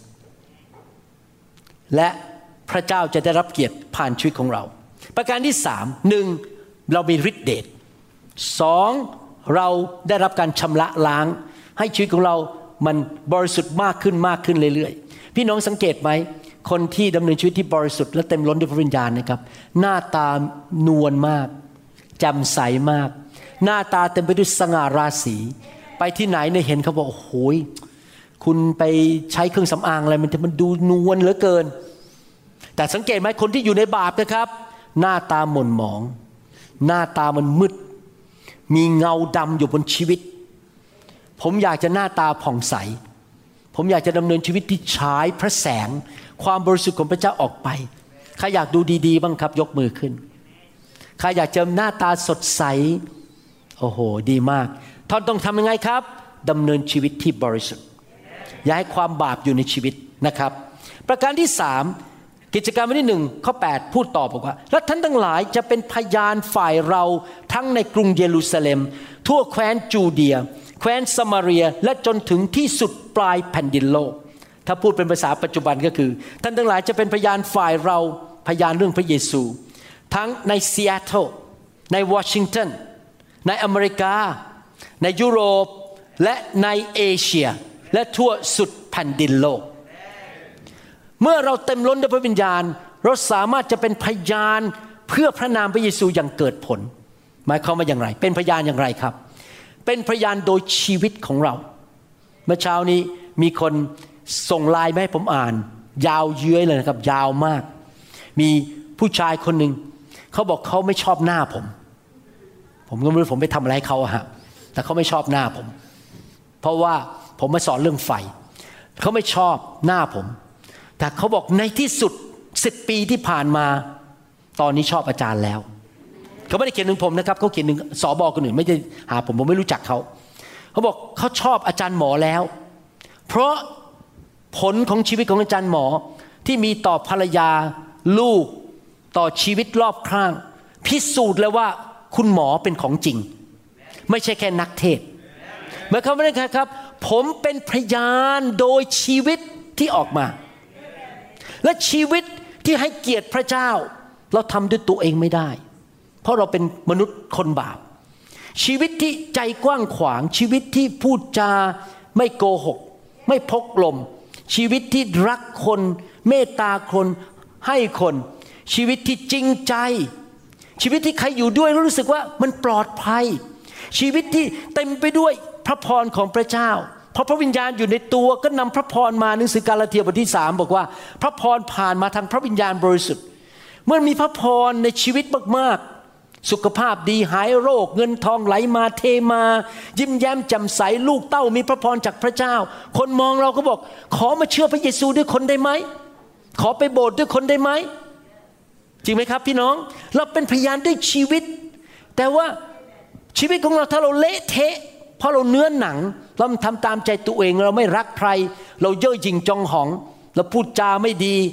Speaker 3: และพระเจ้าจะได้รับเกียรติผ่านชีวิตของเราประการที่สามหนึ่งเรามีฤทธิ์เดชสองเราได้รับการชำระล้างให้ชีวิตของเรามันบริสุทธิ์มากขึ้นมากขึ้นเรื่อยๆพี่น้องสังเกตไหมคนที่ดำเนินชีวิตที่บริสุทธิ์และเต็มล้นด้วยพระวิญญาณนะครับหน้าตานวลมากแจ่มใสมากหน้าตาเต็มไปด้วยสง่าราศีไปที่ไหนเนี่ยเห็นเขาบอกโอ้โหคุณไปใช้เครื่องสำอางอะไรมันมันดูนวลเหลือเกินแต่สังเกตไหมคนที่อยู่ในบาปนะครับหน้าตาหม่นหมองหน้าตามันมืดมีเงาดำอยู่บนชีวิตผมอยากจะหน้าตาผ่องใสผมอยากจะดำเนินชีวิตที่ฉายพระแสงความบริสุทธิ์ของพระเจ้าออกไปใครอยากดูดีๆบ้างครับยกมือขึ้นใครอยากจะหน้าตาสดใสโอ้โหดีมากท่านต้องทำยังไงครับดำเนินชีวิตที่บริสุทธิ์อย่าให้ความบาปอยู่ในชีวิตนะครับประการที่สามกิจการบทที่หนึ่งข้อแปดพูดต่อบอกว่าและท่านทั้งหลายจะเป็นพยานฝ่ายเราทั้งในกรุงเยรูซาเล็มทั่วแคว้นจูเดียแคว้นสมาเรียและจนถึงที่สุดปลายแผ่นดินโลกถ้าพูดเป็นภาษาปัจจุบันก็คือท่านทั้งหลายจะเป็นพยานฝ่ายเราพยานเรื่องพระเยซูทั้งในซีแอตเทิลในวอชิงตันในอเมริกาในยุโรปและในเอเชียและทั่วสุดแผ่นดินโลกเมื่อเราเต็มล้นด้วยพระวิญญาณเราสามารถจะเป็นพยานเพื่อพระนามพระเยซูอย่างเกิดผลหมายความว่าอย่างไรเป็นพยานอย่างไรครับเป็นพยานโดยชีวิตของเราเมื่อเช้านี้มีคนส่งไลน์มาให้ผมอ่านยาวเย้ยเลยนะครับยาวมากมีผู้ชายคนหนึ่งเขาบอกเขาไม่ชอบหน้าผมผมก็ไม่รู้ผมไปทำอะไรให้เขาฮะแต่เขาไม่ชอบหน้าผมเพราะว่าผมมาสอนเรื่องไฟเขาไม่ชอบหน้าผมแต่เขาบอกในที่สุดสิบปีที่ผ่านมาตอนนี้ชอบอาจารย์แล้วเขาไม่ได้เขียนถึงผมนะครับเขาเขียนถึงสบคนอื่นไม่ได้หาผมผมไม่รู้จักเขาเขาบอกเขาชอบอาจารย์หมอแล้วเพราะผลของชีวิตของอาจารย์หมอที่มีต่อภรรยาลูกต่อชีวิตรอบข้างพิสูจน์แล้วว่าคุณหมอเป็นของจริงไม่ใช่แค่นักเทศหมายความว่าไงครับผมเป็นพยานโดยชีวิตที่ออกมาและชีวิตที่ให้เกียรติพระเจ้าเราทำด้วยตัวเองไม่ได้เพราะเราเป็นมนุษย์คนบาปชีวิตที่ใจกว้างขวางชีวิตที่พูดจาไม่โกหกไม่พกลมชีวิตที่รักคนเมตตาคนให้คนชีวิตที่จริงใจชีวิตที่ใครอยู่ด้วยรู้สึกว่ามันปลอดภัยชีวิตที่เต็มไปด้วยพระพรของพระเจ้าเพราะพระวิญญาณอยู่ในตัวก็นำพระพรมาหนังสือกาลาเทียบทที่สามบอกว่าพระพรผ่านมาทางพระวิญญาณบริสุทธิ์เมื่อมีพระพรในชีวิตมากๆสุขภาพดีหายโรคเงินทองไหลมาเทมายิ้มแย้มแจ่มใสลูกเต้ามีพระพรจากพระเจ้าคนมองเราก็บอกขอมาเชื่อพระเยซูด้วยคนได้ไหมขอไปโบสถ์ด้วยคนได้ไหมจริงไหมครับพี่น้องเราเป็นพยานด้วยชีวิตแต่ว่าชีวิตของเราถ้าเราเละเทะเพราะเราเนื้อหนังเราทำตามใจตัวเองเราไม่รักใครเราเย่อหยิ่งจองหองเราพูดจาไม่ดี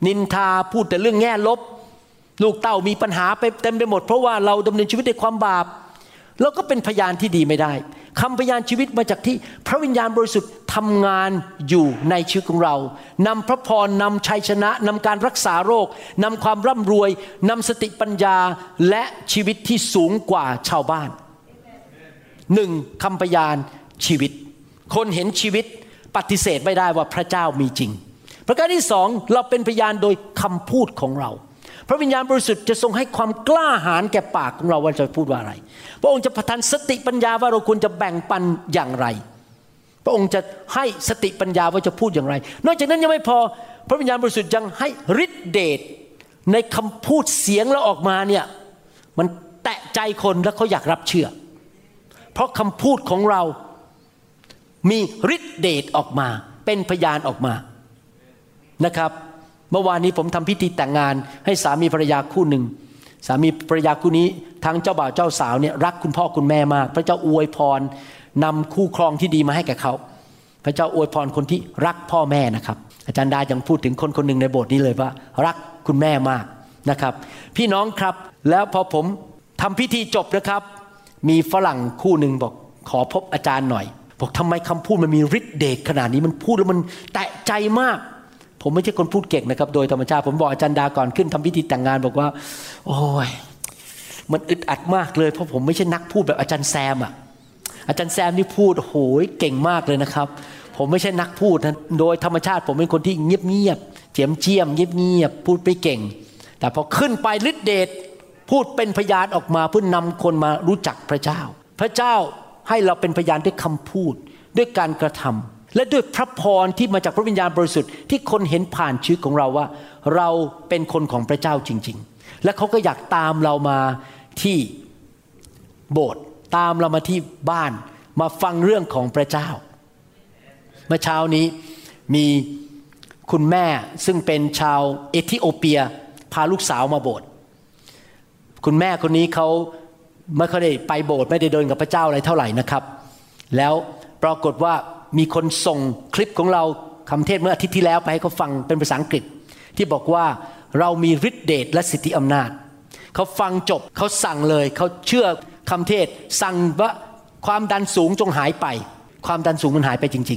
Speaker 3: นินทาพูดแต่เรื่องแง่ลบลูกเต้ามีปัญหาไปเต็มไปหมดเพราะว่าเราดำเนินชีวิตในความบาปเราก็เป็นพยานที่ดีไม่ได้คำพยานชีวิตมาจากที่พระวิญญาณบริสุทธิ์ทำงานอยู่ในชีวิตของเรานำพระพรนำชัยชนะนำการรักษาโรคนำความร่ำรวยนำสติปัญญาและชีวิตที่สูงกว่าชาวบ้านหนึ่งคำพยานชีวิตคนเห็นชีวิตปฏิเสธไม่ได้ว่าพระเจ้ามีจริงประการที่สองเราเป็นพยานโดยคำพูดของเราพระวิญญาณบริสุทธิ์จะทรงให้ความกล้าหาญแก่ปากของเราว่าจะพูดว่าอะไรพระองค์จะประทานสติปัญญาว่าเราควรจะแบ่งปันอย่างไรพระองค์จะให้สติปัญญาว่าจะพูดอย่างไรนอกจากนั้นยังไม่พอพระวิญญาณบริสุทธิ์ยังให้ฤทธิเดชในคำพูดเสียงเราออกมาเนี่ยมันแตะใจคนแล้วเขาอยากรับเชื่อเพราะคำพูดของเรามีฤทธิเดชออกมาเป็นพยานออกมานะครับเมื่อวานนี้ผมทำพิธีแต่งงานให้สามีภรรยาคู่หนึ่งสามีภรรยาคู่นี้ทั้งเจ้าบ่าวเจ้าสาวเนี่ยรักคุณพ่อคุณแม่มากพระเจ้าอวยพรนำคู่ครองที่ดีมาให้แก่เขาพระเจ้าอวยพรคนที่รักพ่อแม่นะครับอาจารย์ดายังพูดถึงคนคนหนึ่งในโบสถ์นี้เลยว่ารักคุณแม่มากนะครับพี่น้องครับแล้วพอผมทำพิธีจบนะครับมีฝรั่งคู่หนึ่งบอกขอพบอาจารย์หน่อยบอกทำไมคำพูดมันมีฤทธิ์เดชขนาดนี้มันพูดแล้วมันแตะใจมากผมไม่ใช่คนพูดเก่งนะครับโดยธรรมชาติผมบอกอาจารย์ดาก่อนขึ้นทำพิธีแต่งงานบอกว่าโอ้ยมันอึดอัดมากเลยเพราะผมไม่ใช่นักพูดแบบอาจารย์แซมอ่ะอาจารย์แซมนี่พูดโอ้ยเก่งมากเลยนะครับผมไม่ใช่นักพูดนะโดยธรรมชาติผมเป็นคนที่เงียบๆเจียมเจียมเงียบๆพูดไม่เก่งแต่พอขึ้นไปฤทธิ์เดชพูดเป็นพยานออกมาเพื่อนำคนมารู้จักพระเจ้าพระเจ้าให้เราเป็นพยานด้วยคำพูดด้วยการกระทำและด้วยพระพรที่มาจากพระวิญญาณบริสุทธิ์ที่คนเห็นผ่านชีวิตของเราว่าเราเป็นคนของพระเจ้าจริงๆและเขาก็อยากตามเรามาที่โบสถ์ตามเรามาที่บ้านมาฟังเรื่องของพระเจ้าเมื่อเช้านี้มีคุณแม่ซึ่งเป็นชาวเอธิโอเปียพาลูกสาวมาโบสถ์คุณแม่คนนี้เขาไม่ค่อยได้ไปโบสถ์ไม่ได้เดินกับพระเจ้าอะไรเท่าไหร่นะครับแล้วปรากฏว่ามีคนส่งคลิปของเราคำเทศเมื่ออาทิตย์ที่แล้วไปให้เขาฟังเป็นภาษาอังกฤษที่บอกว่าเรามีฤทธิเดชและสิทธิอำนาจเขาฟังจบเขาสั่งเลยเขาเชื่อคำเทศสั่งว่าความดันสูงจงหายไปความดันสูงมันหายไปจริง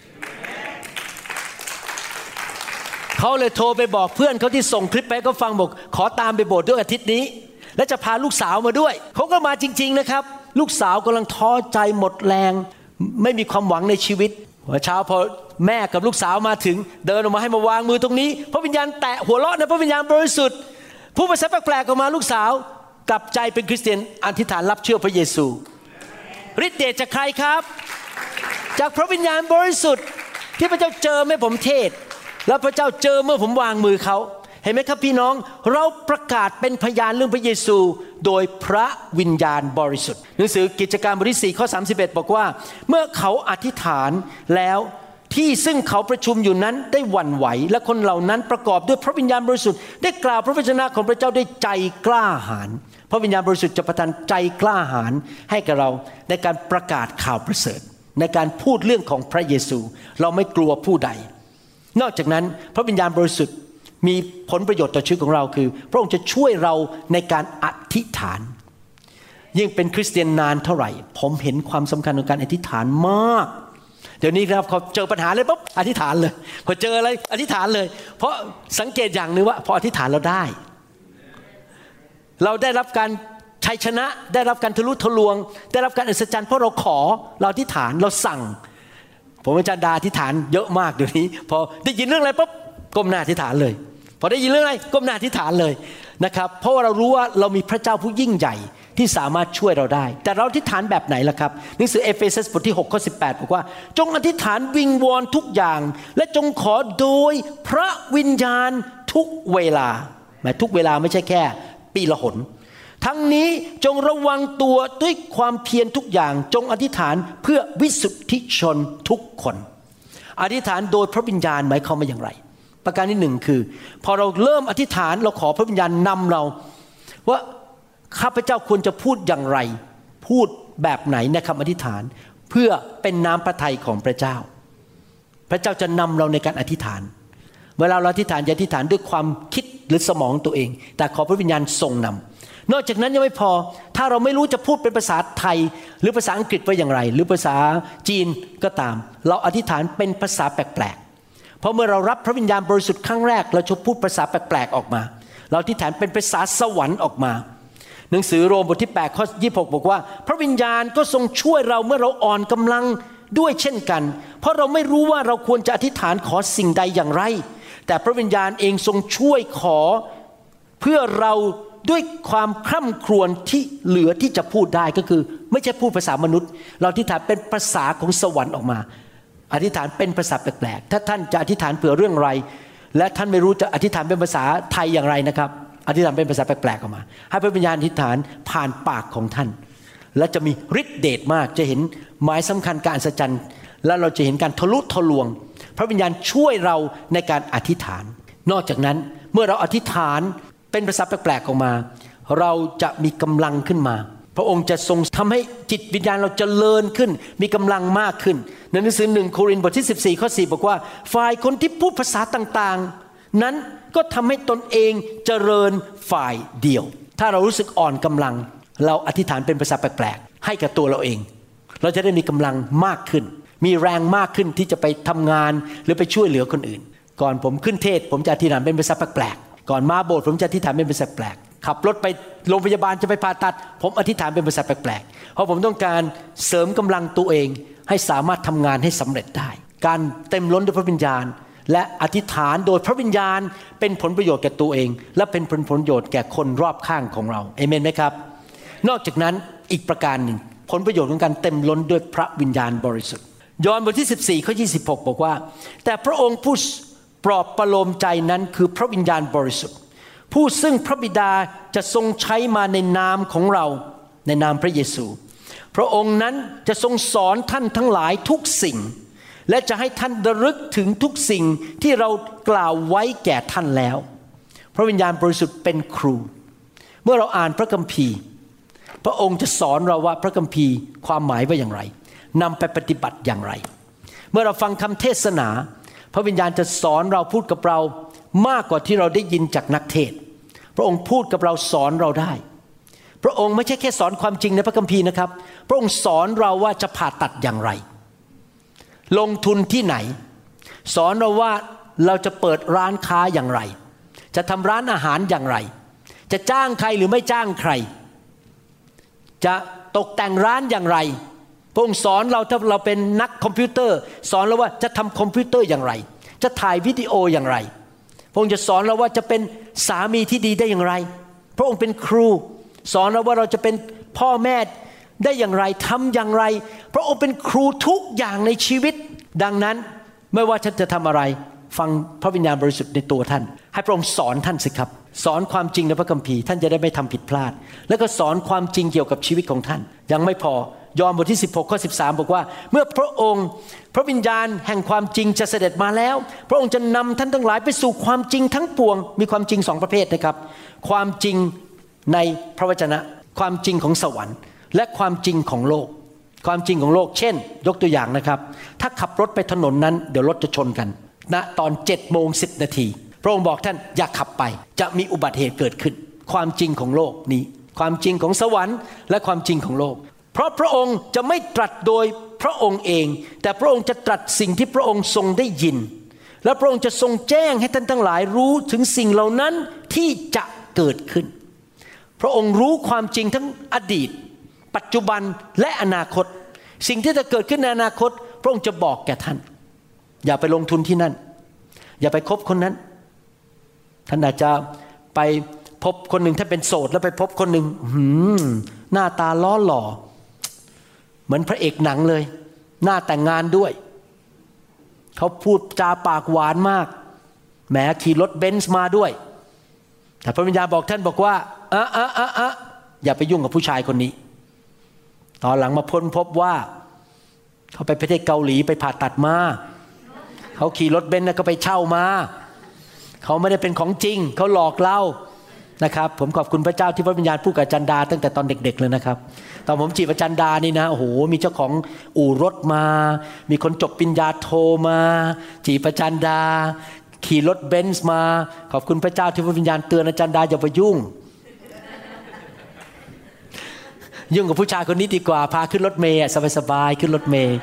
Speaker 3: ๆเขาเลยโทรไปบอกเพื่อนเขาที่ส่งคลิปไปให้เขาฟังบอกขอตามไปโบสถ์ด้วยอาทิตย์นี้และจะพาลูกสาวมาด้วยเขาก็มาจริงๆนะครับลูกสาวกำลังท้อใจหมดแรงไม่มีความหวังในชีวิตวันเช้าพอแม่กับลูกสาวมาถึงเดินออกมาให้มาวางมือตรงนี้พระวิญญาณแตะหัวเราะนะพระวิญญาณบริสุทธิ์ผู้ภาษาแปลกๆออกมาลูกสาวกลับใจเป็นคริสเตียนอธิษฐานรับเชื่อพระเยซูฤทธิ์เดชจากใครครับจากพระวิญญาณบริสุทธิ์ที่พระเจ้าเจอเมื่อผมเทศแล้วพระเจ้าเจอเมื่อผมวางมือเขาเห็นไหมครับพี่น้องเราประกาศเป็นพยานเรื่องพระเยซูโดยพระวิญญาณบริสุทธิ์หนังสือกิจการบทที่สี่ข้อสามสิบเอ็ดบอกว่าเมื่อเขาอธิษฐานแล้วที่ซึ่งเขาประชุมอยู่นั้นได้หวั่นไหวและคนเหล่านั้นประกอบด้วยพระวิญญาณบริสุทธิ์ได้กล่าวพระวจนะของพระเจ้าด้วยใจกล้าหาญพระวิญญาณบริสุทธิ์จะประทานใจกล้าหาญให้กับเราในการประกาศข่าวประเสริฐในการพูดเรื่องของพระเยซูเราไม่กลัวผู้ใดนอกจากนั้นพระวิญญาณบริสุทธิ์มีผลประโยชน์ต่อชีวิตของเราคือพระองค์จะช่วยเราในการอธิษฐานยิ่งเป็นคริสเตียนนานเท่าไหร่ผมเห็นความสำคัญของการอธิษฐานมากเดี๋ยวนี้ครับเขาเจอปัญหาเลยปุ๊บอธิษฐานเลยพอเจออะไรอธิษฐานเลยเพราะสังเกตอย่างนึงว่าพออธิษฐานเราได้เราได้รับการชัยชนะได้รับการทะลุทะลวงได้รับการอัศจรรย์เพราะเราขอเราอธิษฐานเราสั่งผมอาจารย์ดาอธิษฐานเยอะมากเดี๋ยวนี้พอได้ยินเรื่องอะไรปุ๊บก้มหน้าอธิษฐานเลยพอได้ยินเรื่องอะไรก้มหน้าอธิษฐานเลยนะครับเพราะว่าเรารู้ว่าเรามีพระเจ้าผู้ยิ่งใหญ่ที่สามารถช่วยเราได้แต่เราอธิษฐานแบบไหนล่ะครับหนังสือเอเฟซัสบทที่หกข้อสิบแปดบอกว่าจงอธิษฐานวิงวอนทุกอย่างและจงขอโดยพระวิญญาณทุกเวลาหมายทุกเวลาไม่ใช่แค่ปีละหนทั้งนี้จงระวังตัวด้วยความเพียรทุกอย่างจงอธิษฐานเพื่อวิสุทธิชนทุกคนอธิษฐานโดยพระวิญญาณหมายความว่าอย่างไรประการที่หนึ่งคือพอเราเริ่มอธิษฐานเราขอพระวิญญาณนำเราว่าข้าพเจ้าควรจะพูดอย่างไรพูดแบบไหนในคำอธิษฐานเพื่อเป็นน้ำพระทัยของพระเจ้าพระเจ้าจะนำเราในการอธิษฐานเวลาเราอธิษฐานอย่าอธิษฐานด้วยความคิดหรือสมองตัวเองแต่ขอพระวิญญาณทรงนำนอกจากนั้นยังไม่พอถ้าเราไม่รู้จะพูดเป็นภาษาไทยหรือภาษาอังกฤษว่าอย่างไรหรือภาษาจีนก็ตามเราอธิษฐานเป็นภาษาแปลกๆเพราะเมื่อเรารับพระวิญญาณบริสุทธิ์ครั้งแรกเราจะพูดภาษาแปลกๆออกมาเราอธิษฐานเป็นภาษาสวรรค์ออกมาหนังสือโรมบทที่แปดข้อยี่สิบหกบอกว่าพระวิญญาณก็ทรงช่วยเราเมื่อเราอ่อนกำลังด้วยเช่นกันเพราะเราไม่รู้ว่าเราควรจะอธิษฐานขอสิ่งใดอย่างไรแต่พระวิญญาณเองทรงช่วยขอเพื่อเราด้วยความคร่ำครวญที่เหลือที่จะพูดได้ก็คือไม่ใช่พูดภาษามนุษย์เราอธิษฐานเป็นภาษาของสวรรค์ออกมาอธิษฐานเป็นภาษาแปลกๆถ้าท่านจะอธิษฐานเผื่อเรื่องอะไรและท่านไม่รู้จะอธิษฐานเป็นภาษาไทยอย่างไรนะครับอธิษฐานเป็นภาษาแปลกๆออกมาให้พระวิญญาณอธิษฐานผ่านปากของท่านและจะมีฤทธิ์เดชมากจะเห็นหมายสำคัญการอัศจรรย์และเราจะเห็นการทะลุทะลวงพระวิญญาณช่วยเราในการอธิษฐานนอกจากนั้นเมื่อเราอธิษฐานเป็นภาษาแปลกๆออกมาเราจะมีกำลังขึ้นมาพระองค์จะทรงทำให้จิตวิญญาณเราเจริญขึ้นมีกำลังมากขึ้นในหนังสือหนึ่งโครินธ์บทที่สิบสี่ข้อสี่บอกว่าฝ่ายคนที่พูดภาษาต่างๆนั้นก็ทำให้ตนเองเจริญฝ่ายเดียวถ้าเรารู้สึกอ่อนกำลังเราอธิษฐานเป็นภาษาแปลกๆให้กับตัวเราเองเราจะได้มีกำลังมากขึ้นมีแรงมากขึ้นที่จะไปทำงานหรือไปช่วยเหลือคนอื่นก่อนผมขึ้นเทศผมจะอธิษฐานเป็นภาษาแปลกๆก่อนมาโบสถ์ผมจะอธิษฐานเป็นภาษาแปลกขับรถไปโรงพยาบาลจะไปผ่าตัดผมอธิษฐานเป็นภาษาแปลกๆเพราะผมต้องการเสริมกำลังตัวเองให้สามารถทำงานให้สำเร็จได้การเต็มล้นด้วยพระวิญญาณและอธิษฐานโดยพระวิญญาณเป็นผลประโยชน์แก่ตัวเองและเป็นผลประโยชน์แก่คนรอบข้างของเราเอเมนไหมครับนอกจากนั้นอีกประการหนึ่งผลประโยชน์ของการเต็มล้นด้วยพระวิญญาณบริสุทธิ์ยอห์นบทที่สิบสี่ข้อยี่สิบหกบอกว่าแต่พระองค์ผู้ปลอบประโลมใจนั้นคือพระวิญญาณบริสุทธิ์ผู้ซึ่งพระบิดาจะทรงใช้มาในนามของเราในนามพระเยซูพระองค์นั้นจะทรงสอนท่านทั้งหลายทุกสิ่งและจะให้ท่านระลึกถึงทุกสิ่งที่เรากล่าวไว้แก่ท่านแล้วพระวิญญาณบริสุทธิ์เป็นครูเมื่อเราอ่านพระคัมภีร์พระองค์จะสอนเราว่าพระคัมภีร์ความหมายว่าอย่างไรนำไปปฏิบัติอย่างไรเมื่อเราฟังคำเทศนาพระวิญญาณจะสอนเราพูดกับเรามากกว่าที่เราได้ยินจากนักเทศน์พระองค์พูดกับเราสอนเราได้พระองค์ไม่ใช่แค่สอนความจริงในพระคัมภีร์นะครับพระองค์สอนเราว่าจะผ่าตัดอย่างไรลงทุนที่ไหนสอนเราว่าเราจะเปิดร้านค้าอย่างไรจะทำร้านอาหารอย่างไรจะจ้างใครหรือไม่จ้างใครจะตกแต่งร้านอย่างไรพระองค์สอนเราถ้าเราเป็นนักคอมพิวเตอร์สอนเราว่าจะทำคอมพิวเตอร์อย่างไรจะถ่ายวิดีโออย่างไรพระองค์จะสอนเราว่าจะเป็นสามีที่ดีได้อย่างไรพระองค์เป็นครูสอนเราว่าเราจะเป็นพ่อแม่ได้อย่างไรทำอย่างไรพระองค์เป็นครูทุกอย่างในชีวิตดังนั้นไม่ว่าท่านจะทำอะไรฟังพระวิญญาณบริสุทธิ์ในตัวท่านให้พระองค์สอนท่านสิครับสอนความจริงในพระคัมภีร์ท่านจะได้ไม่ทำผิดพลาดแล้วก็สอนความจริงเกี่ยวกับชีวิตของท่านยังไม่พอยอห์นบทที่สิบหกข้อสิบสามบอกว่าเมื่อพระองค์พระวิญญาณแห่งความจริงจะเสด็จมาแล้วพระองค์จะนำท่านทั้งหลายไปสู่ความจริงทั้งปวงมีความจริงสองประเภทนะครับความจริงในพระวจนะความจริงของสวรรค์และความจริงของโลกความจริงของโลกเช่นยกตัวอย่างนะครับถ้าขับรถไปถนนนั้นเดี๋ยวรถจะชนกันณตอนเจ็ดโมงสิบนาทีพระองค์บอกท่านอย่าขับไปจะมีอุบัติเหตุเกิดขึ้นความจริงของโลกนี้ความจริงของสวรรค์และความจริงของโลกเพราะพระองค์จะไม่ตรัสโดยพระองค์เองแต่พระองค์จะตรัสสิ่งที่พระองค์ทรงได้ยินและพระองค์จะทรงแจ้งให้ท่านทั้งหลายรู้ถึงสิ่งเหล่านั้นที่จะเกิดขึ้นพระองค์รู้ความจริงทั้งอดีตปัจจุบันและอนาคตสิ่งที่จะเกิดขึ้นในอนาคตพระองค์จะบอกแก่ท่านอย่าไปลงทุนที่นั่นอย่าไปคบคนนั้นท่านอาจจะไปพบคนหนึ่งถ้าเป็นโสดแล้วไปพบคนหนึ่งหน้าตาล้อหล่อเหมือนพระเอกหนังเลยหน้าแต่งงานด้วยเขาพูดจาปากหวานมากแหมขี่รถเบนซ์มาด้วยแต่พระวิญญาณบอกท่านบอกว่าอะอะอะอะอย่าไปยุ่งกับผู้ชายคนนี้ตอนหลังมาพ้นพบว่าเขาไปประเทศเกาหลีไปผ่าตัดมาเขาขี่รถเบนซ์แล้วก็ไปเช่ามาเขาไม่ได้เป็นของจริงเขาหลอกเรานะครับผมขอบคุณพระเจ้าที่พระวิญญาณพูดกับอาจารย์ดาตั้งแต่ตอนเด็กๆเลยนะครับตอนผมจีบอาจารย์ดานี่นะโอ้โหมีเจ้าของอู่รถมามีคนจบปริญญาโทมาจีบอาจารย์ดาขี่รถเบนซ์มาขอบคุณพระเจ้าที่พระวิญญาณเตือนอาจารย์ดาอย่าไปยุ่งยุ่งกับผู้ชายคนนี้ดีกว่าพาขึ้นรถเมล์สบายๆขึ้นรถเมล์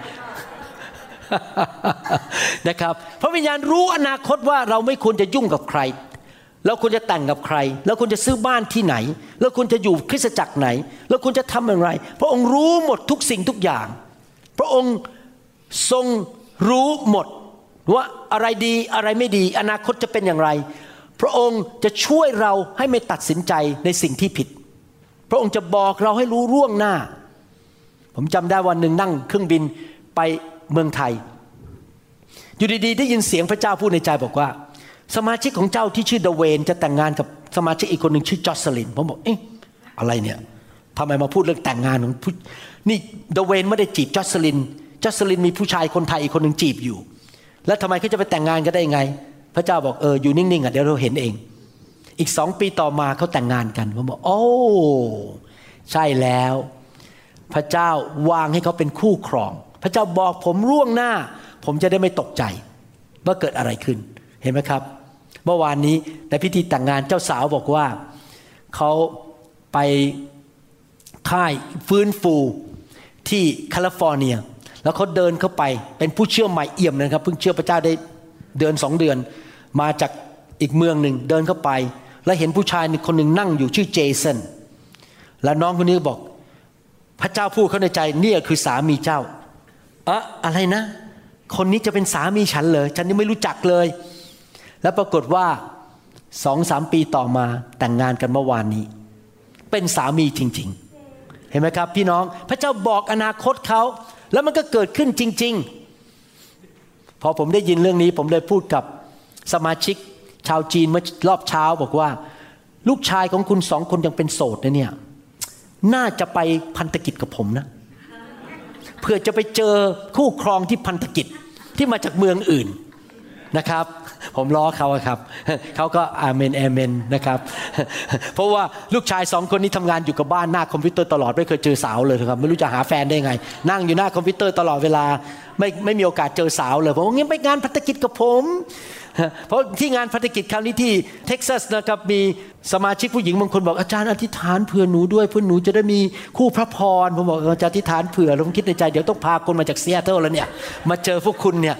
Speaker 3: นะครับพระวิญญาณรู้อนาคตว่าเราไม่ควรจะยุ่งกับใครเราควรจะแต่งกับใครเราควรจะซื้อบ้านที่ไหนเราควรจะอยู่คริสตจักรไหนเราควรจะทำอย่างไรพระองค์รู้หมดทุกสิ่งทุกอย่างพระองค์ทรงรู้หมดว่าอะไรดีอะไรไม่ดีอนาคตจะเป็นอย่างไรพระองค์จะช่วยเราให้ไม่ตัดสินใจในสิ่งที่ผิดพระองค์จะบอกเราให้รู้ล่วงหน้าผมจำได้วันหนึ่งนั่งเครื่องบินไปเมืองไทยอยู่ดีๆได้ยินเสียงพระเจ้าพูดในใจบอกว่าสมาชิกของเจ้าที่ชื่อเดเวนจะแต่งงานกับสมาชิกอีกคนหนึ่งชื่อจอสลินผมบอกเอ๊ะอะไรเนี่ยทำไมมาพูดเรื่องแต่งงานของผู้นี่เดเวนไม่ได้จีบจอสลินจอสลินมีผู้ชายคนไทยอีกคนหนึ่งจีบอยู่แล้วทำไมเขาจะไปแต่งงานกันได้ไงพระเจ้าบอกเอออยู่นิ่งๆอ่ะเดี๋ยวเราเห็นเองอีกสองปีต่อมาเขาแต่งงานกันผมบอกโอ้ใช่แล้วพระเจ้าวางให้เขาเป็นคู่ครองพระเจ้าบอกผมล่วงหน้าผมจะได้ไม่ตกใจว่าเกิดอะไรขึ้นเห็นไหมครับเมื่อวานนี้ในพิธีแต่งงานเจ้าสาวบอกว่าเขาไปค่ายฟื้นฟูที่แคลิฟอร์เนียแล้วเขาเดินเข้าไปเป็นผู้เชื่อใหม่เอี่ยมนะครับเพิ่งเชื่อพระเจ้าได้เดือนสองเดือนมาจากอีกเมืองหนึ่งเดินเข้าไปแล้วเห็นผู้ชายคนหนึ่งนั่งอยู่ชื่อเจสันแล้วน้องคนนี้บอกพระเจ้าพูดเข้าในใจนี่คือสามีเจ้าเอ๊ะอะไรนะคนนี้จะเป็นสามีฉันเหรอฉันยังไม่รู้จักเลยแล้วปรากฏว่าสองสามปีต่อมาแต่งงานกันเมื่อวานนี้เป็นสามีจริงๆเห็นไหมครับพี่น้องพระเจ้าบอกอนาคตเขาแล้วมันก็เกิดขึ้นจริงๆพอผมได้ยินเรื่องนี้ผมเลยพูดกับสมาชิกชาวจีนเมื่อรอบเช้าบอกว่าลูกชายของคุณสองคนยังเป็นโสดนะเนี่ยน่าจะไปพันธกิจกับผมนะเพื่อจะไปเจอคู่ครองที่พันธกิจที่มาจากเมืองอื่นนะครับผมล้อเขาครับเขาก็อาเมนอาเมนนะครับเพราะว่าลูกชายสองคนนี้ทำงานอยู่กับบ้านหน้าคอมพิวเตอร์ตลอดไม่เคยเจอสาวเลยครับไม่รู้จะหาแฟนได้ไงนั่งอยู่หน้าคอมพิวเตอร์ตลอดเวลาไม่ไม่มีโอกาสเจอสาวเลยผมว่างั้นไปงานพันธกิจกับผมเพราะที่งานพันธกิจคราวนี้ที่เท็กซัสนะครับมีสมาชิกผู้หญิงบางคนบอกอาจารย์อธิษฐานเผื่อหนูด้วยเพื่อหนูจะได้มีคู่พระพรผมบอกอาจารย์อธิษฐานเผื่อแล้วผมคิดในใจเดี๋ยวต้องพาคนมาจากซีแอตเทิลแล้วเนี่ยมาเจอพวกคุณเนี่ย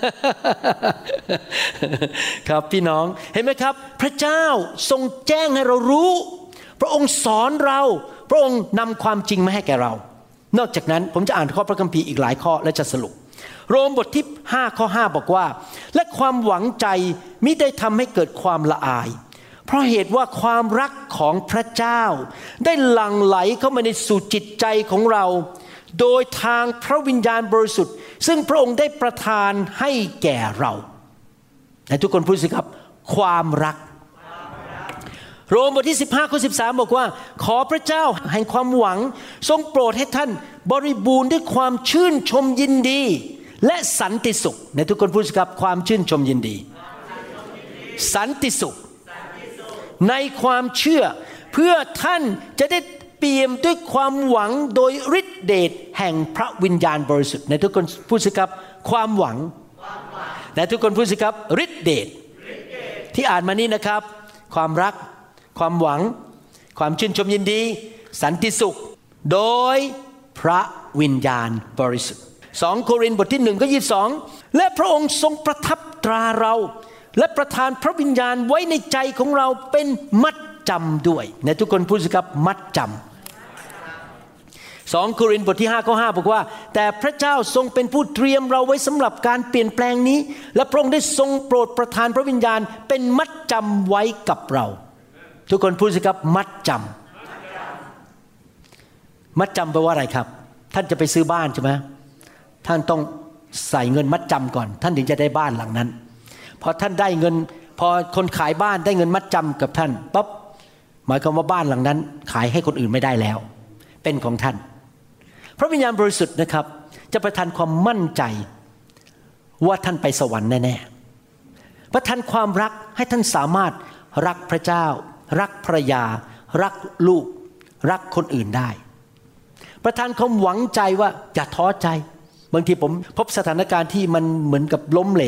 Speaker 3: ครับพี่น้องเห็นไหมครับพระเจ้าทรงแจ้งให้เรารู้พระองค์สอนเราพระองค์นำความจริงมาให้แก่เรานอกจากนั้นผมจะอ่านข้อพระคัมภีร์อีกหลายข้อและจะสรุปโรมบทที่ห้าข้อห้าบอกว่าและความหวังใจมิได้ทำให้เกิดความละอายเพราะเหตุว่าความรักของพระเจ้าได้หลั่งไหลเข้ามาในสู่จิตใจของเราโดยทางพระวิญญาณบริสุทธิ์ซึ่งพระองค์ได้ประทานให้แก่เราและทุกคนพูดสิครับความรักโรมบทที่สิบห้าข้อสิบสามบอกว่าขอพระเจ้าแห่งความหวังทรงโปรดให้ท่านบริบูรณ์ด้วยความชื่นชมยินดีและสันติสุขในทุกคนพูดสิครับความชื่นชมยินดีสันติสุขในความเชื่อเพื่อท่านจะได้เปี่ยมด้วยความหวังโดยฤทธิเดชแห่งพระวิญญาณบริสุทธิ์ในทุกคนพูดสิครับความหวังในทุกคนพูดสิครับฤทธิเดชที่อ่านมานี้นะครับความรักความหวังความชื่นชมยินดีสันติสุขโดยพระวิญญาณบริสุทธิ์สองโครินธ์บทที่หนึ่งข้อยี่สิบสองและพระองค์ทรงประทับตราเราและประทานพระวิญญาณไว้ในใจของเราเป็นมัดจำด้วยในทุกคนพูดสิครับมัดจำสองโครินธ์บทที่ห้าข้อห้าบอกว่าแต่พระเจ้าทรงเป็นผู้เตรียมเราไว้สำหรับการเปลี่ยนแปลงนี้และพระองค์ได้ทรงโปรดประทานพระวิญญาณเป็นมัดจำไว้กับเราทุกคนพูดสิครับมัดจำมัดจำแปลว่าอะไรครับท่านจะไปซื้อบ้านใช่ไหมท่านต้องใส่เงินมัดจำก่อนท่านถึงจะได้บ้านหลังนั้นพอท่านได้เงินพอคนขายบ้านได้เงินมัดจำกับท่านปั๊บหมายความว่าบ้านหลังนั้นขายให้คนอื่นไม่ได้แล้วเป็นของท่านพระวิญญาณบริสุทธิ์นะครับจะประทานความมั่นใจว่าท่านไปสวรรค์แน่ๆประทานความรักให้ท่านสามารถรักพระเจ้ารักภรรยารักลูกรักคนอื่นได้ประทานความหวังใจว่าอย่าท้อใจบางทีผมพบสถานการณ์ที่มันเหมือนกับล้มเหลวพ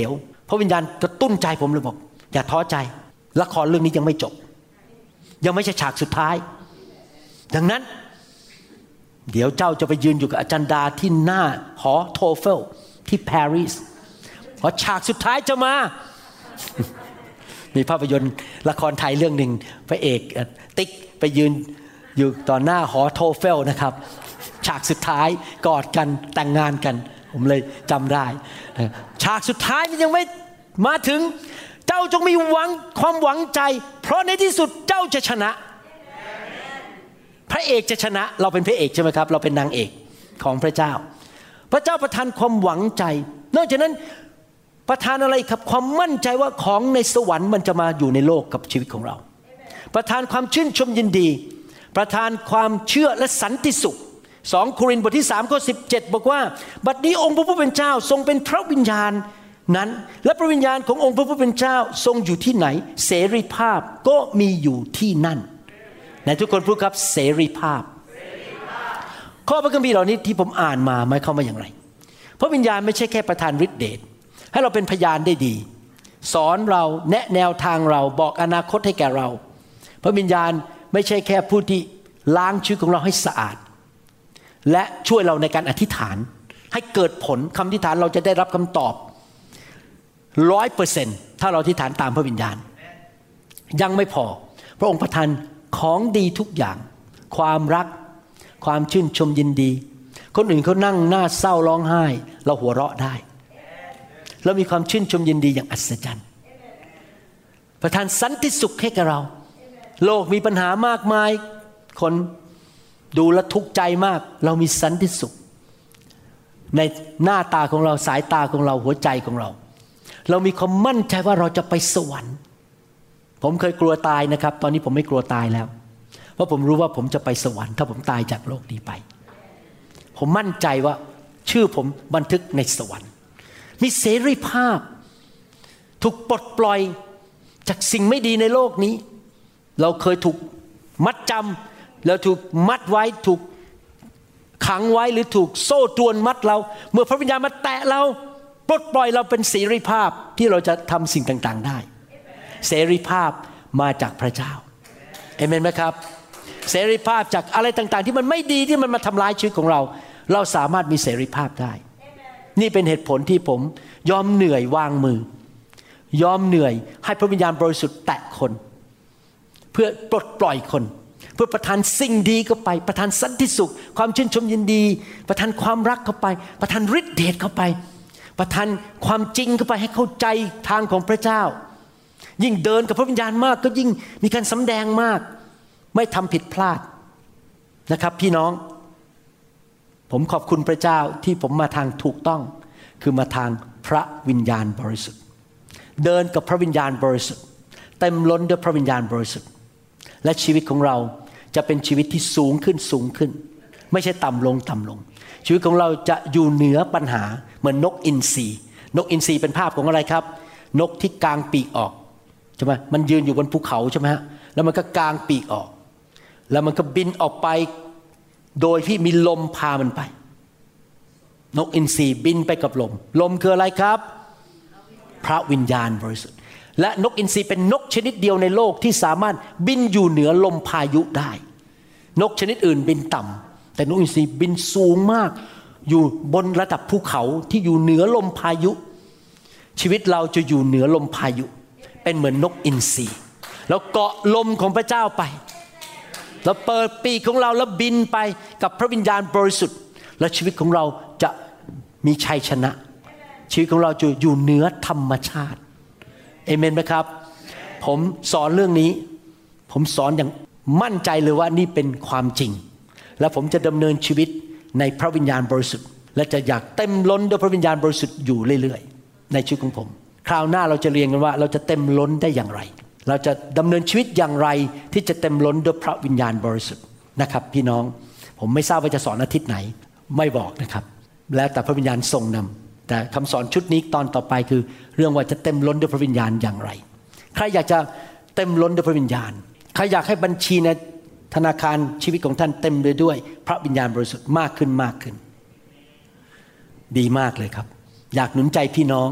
Speaker 3: พระวิญญาณกระตุ้นใจผมเลยบอกอย่าท้อใจละครเรื่องนี้ยังไม่จบยังไม่ใช่ฉากสุดท้ายดังนั้นเดี๋ยวเจ้าจะไปยืนอยู่กับอาจารย์ดาที่หน้าหอโทเฟลที่ปารีสเพราะฉากสุดท้ายจะมา มีภาพยนตร์ละครไทยเรื่องหนึ่งพระเอกติ๊กไปยืนอยู่ต่อหน้าหอโทเฟลนะครับฉากสุดท้ายกอดกันแต่งงานกันผมเลยจำได้ฉากสุดท้ายมันยังไม่มาถึงเจ้าจงมีหวังความหวังใจเพราะในที่สุดเจ้าจะชนะพระเอกจะชนะเราเป็นพระเอกใช่ไหมครับเราเป็นนางเอกของพระเจ้าพระเจ้าประทานความหวังใจนอกจากนั้นประทานอะไรครับความมั่นใจว่าของในสวรรค์มันจะมาอยู่ในโลกกับชีวิตของเราประทานความชื่นชมยินดีประทานความเชื่อและสันติสุขสองโครินธ์บทที่สามข้อสิบเจ็ดบอกว่าบัดนี้องค์พระผู้เป็นเจ้าทรงเป็นพระวิญญาณนั้นและพระวิญญาณขององค์พระผู้เป็นเจ้าทรงอยู่ที่ไหนเสรีภาพก็มีอยู่ที่นั่นไหนทุกคนพูดครับเสรีภาพข้อพระคัมภีร์เหล่านี้ที่ผมอ่านมาหมายความว่าอย่างไรพระวิญญาณไม่ใช่แค่ประทานฤทธิ์เดชให้เราเป็นพยานได้ดีสอนเราแนะแนวทางเราบอกอนาคตให้แก่เราพระวิญญาณไม่ใช่แค่ผู้ที่ล้างชีวิตของเราให้สะอาดและช่วยเราในการอธิษฐานให้เกิดผลคำอธิษฐานเราจะได้รับคำตอบร้อยเปอร์เซ็นต์ถ้าเราอธิษฐานตามพระวิญญาณยังไม่พอพระองค์ประทานของดีทุกอย่างความรักความชื่นชมยินดีคนอื่นเขานั่งหน้าเศร้าร้องไห้เราหัวเราะได้เรามีความชื่นชมยินดีอย่างอัศจรรย์ประทานสันติสุขให้กับเราโลกมีปัญหามากมายคนดูแลทุกข์ใจมากเรามีสันติสุขในหน้าตาของเราสายตาของเราหัวใจของเราเรามีความมั่นใจว่าเราจะไปสวรรค์ผมเคยกลัวตายนะครับตอนนี้ผมไม่กลัวตายแล้วเพราะผมรู้ว่าผมจะไปสวรรค์ถ้าผมตายจากโลกนี้ไปผมมั่นใจว่าชื่อผมบันทึกในสวรรค์มีเสรีภาพถูกปลดปล่อยจากสิ่งไม่ดีในโลกนี้เราเคยถูกมัดจำแล้วถูกมัดไว้ถูกขังไว้หรือถูกโซ่ตรวนมัดเราเมื่อพระวิญญาณมาแตะเราปลดปล่อยเราเป็นเสรีภาพที่เราจะทำสิ่งต่างๆได้เสรีภาพมาจากพระเจ้าเอเมนไหมครับเสรีภาพจากอะไรต่างๆที่มันไม่ดีที่มันมาทำลายชีวิตของเราเราสามารถมีเสรีภาพได้นี่เป็นเหตุผลที่ผมยอมเหนื่อยวางมือยอมเหนื่อยให้พระวิญญาณบริสุทธิ์แตะคนเพื่อปลดปล่อยคนเพื่อประทานสิ่งดีเข้าไปประทานสันติสุขความชื่นชมยินดีประทานความรักเข้าไปประทานฤทธิ์เดชเข้าไปประทานความจริงเข้าไปให้เข้าใจทางของพระเจ้ายิ่งเดินกับพระวิญญาณมากก็ยิ่งมีการสำแดงมากไม่ทำผิดพลาดนะครับพี่น้องผมขอบคุณพระเจ้าที่ผมมาทางถูกต้องคือมาทางพระวิญญาณบริสุทธิ์เดินกับพระวิญญาณบริสุทธิ์เต็มล้นด้วยพระวิญญาณบริสุทธิ์และชีวิตของเราจะเป็นชีวิตที่สูงขึ้นสูงขึ้นไม่ใช่ต่ำลงต่ำลงชีวิตของเราจะอยู่เหนือปัญหาเหมือนนกอินทรีนกอินทรีเป็นภาพของอะไรครับนกที่กางปีกออกใช่ไหมมันยืนอยู่บนภูเขาใช่ไหมฮะแล้วมันก็กางปีกออกแล้วมันก็บินออกไปโดยที่มีลมพามันไปนกอินทรีบินไปกับลมลมคืออะไรครับพระวิญญาณบริสุทธิ์และนกอินทรีเป็นนกชนิดเดียวในโลกที่สามารถบินอยู่เหนือลมพายุได้นกชนิดอื่นบินต่ำแต่นกอินทรีบินสูงมากอยู่บนระดับภูเขาที่อยู่เหนือลมพายุชีวิตเราจะอยู่เหนือลมพายุเป็นเหมือนนกอินทรีแล้วเกาะลมของพระเจ้าไปแล้วเปิดปีกของเราแล้วบินไปกับพระวิญญาณบริสุทธิ์และชีวิตของเราจะมีชัยชนะชีวิตของเราจะอยู่เหนือธรรมชาติเอเมนไหมครับผมสอนเรื่องนี้ผมสอนอย่างมั่นใจเลยว่านี่เป็นความจริงและผมจะดำเนินชีวิตในพระวิญญาณบริสุทธิ์และจะอยากเต็มล้นด้วยพระวิญญาณบริสุทธิ์อยู่เรื่อยๆในชีวิตของผมคราวหน้าเราจะเรียนกันว่าเราจะเต็มล้นได้อย่างไรเราจะดำเนินชีวิตอย่างไรที่จะเต็มล้นด้วยพระวิญญาณบริสุทธิ์นะครับพี่น้องผมไม่ทราบว่าจะสอนอาทิตย์ไหนไม่บอกนะครับแล้วแต่พระวิญญาณทรงนำแต่คำสอนชุดนี้ตอนต่อไปคือเรื่องว่าจะเต็มล้นด้วยพระวิญญาณอย่างไรใครอยากจะเต็มล้นด้วยพระวิญญาณใครอยากให้บัญชีในธนาคารชีวิตของท่านเต็มไปด้วยพระวิญญาณบริสุทธิ์มากขึ้นมากขึ้นดีมากเลยครับอยากหนุนใจพี่น้อง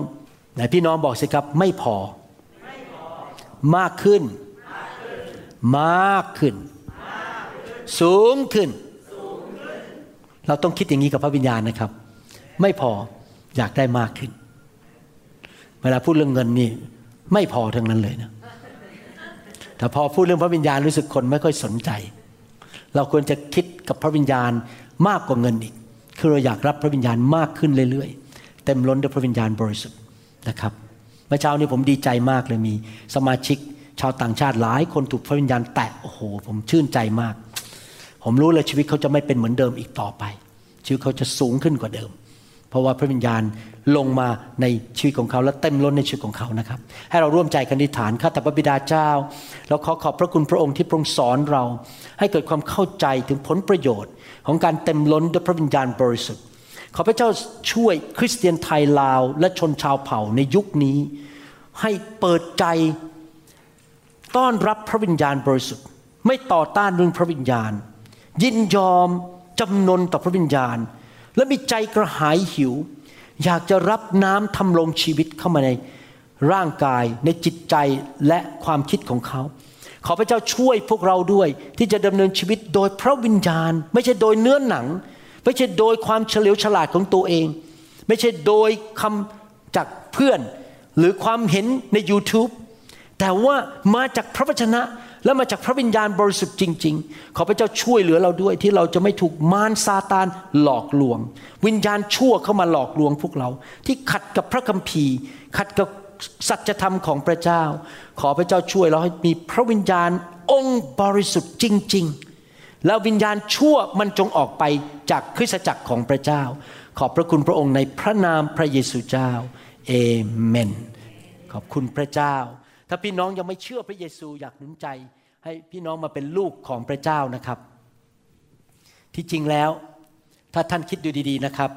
Speaker 3: ไหนพี่น้องบอกสิครับไม่พอมากขึ้นมากขึ้นสูงขึ้นเราต้องคิดอย่างนี้กับพระวิญญาณนะครับไม่พออยากได้มากขึ้นเวลาพูดเรื่องเงินนี่ไม่พอทั้งนั้นเลยนะแต่พอพูดเรื่องพระวิญญาณรู้สึกคนไม่ค่อยสนใจเราควรจะคิดกับพระวิญญาณมากกว่าเงินอีกคือเราอยากรับพระวิญญาณมากขึ้นเรื่อยๆเต็มล้นด้วยพระวิญญาณบริสุทธิ์นะครับเมื่อเช้านี้ผมดีใจมากเลยมีสมาชิกชาวต่างชาติหลายคนถูกพระวิญญาณแตะโอ้โหผมชื่นใจมากผมรู้เลยชีวิตเขาจะไม่เป็นเหมือนเดิมอีกต่อไปชีวิตเขาจะสูงขึ้นกว่าเดิมเพราะว่าพระวิญญาณลงมาในชีวิตของเขาและเต็มล้นในชีวิตของเขานะครับให้เราร่วมใจกันอธิษฐานข้าแต่พระบิดาเจ้าเราขอขอบพระคุณพระองค์ที่ทรงสอนเราให้เกิดความเข้าใจถึงผลประโยชน์ของการเต็มล้นด้วยพระวิญญาณบริสุทธิ์ขอพระเจ้าช่วยคริสเตียนไทยลาวและชนชาวเผ่าในยุคนี้ให้เปิดใจต้อนรับพระวิญญาณบริสุทธิ์ไม่ต่อต้านเรื่องพระวิญญาณยินยอมจำนนต่อพระวิญญาณและมีใจกระหายหิวอยากจะรับน้ำทำลงชีวิตเข้ามาในร่างกายในจิตใจและความคิดของเขาขอพระเจ้าช่วยพวกเราด้วยที่จะดำเนินชีวิตโดยพระวิญญาณไม่ใช่โดยเนื้อหนังไม่ใช่โดยความเฉลียวฉลาดของตัวเองไม่ใช่โดยคำจากเพื่อนหรือความเห็นใน YouTube แต่ว่ามาจากพระวจนะและมาจากพระวิญญาณบริสุทธิ์จริงๆขอพระเจ้าช่วยเหลือเราด้วยที่เราจะไม่ถูกมารซาตานหลอกลวงวิญญาณชั่วเข้ามาหลอกลวงพวกเราที่ขัดกับพระคัมภีร์ขัดกับสัจธรรมของพระเจ้าขอพระเจ้าช่วยเราให้มีพระวิญญาณองค์บริสุทธิ์จริงๆแล้ววิญญาณชั่วมันจงออกไปจากคริสตจักรของพระเจ้าขอบพระคุณพระองค์ในพระนามพระเยซูเจ้าเอเมนขอบคุณพระเจ้าถ้าพี่น้องยังไม่เชื่อพระเยซูอยากหนุนใจให้พี่น้องมาเป็นลูกของพระเจ้านะครับที่จริงแล้วถ้าท่านคิดดูดีๆนะครับ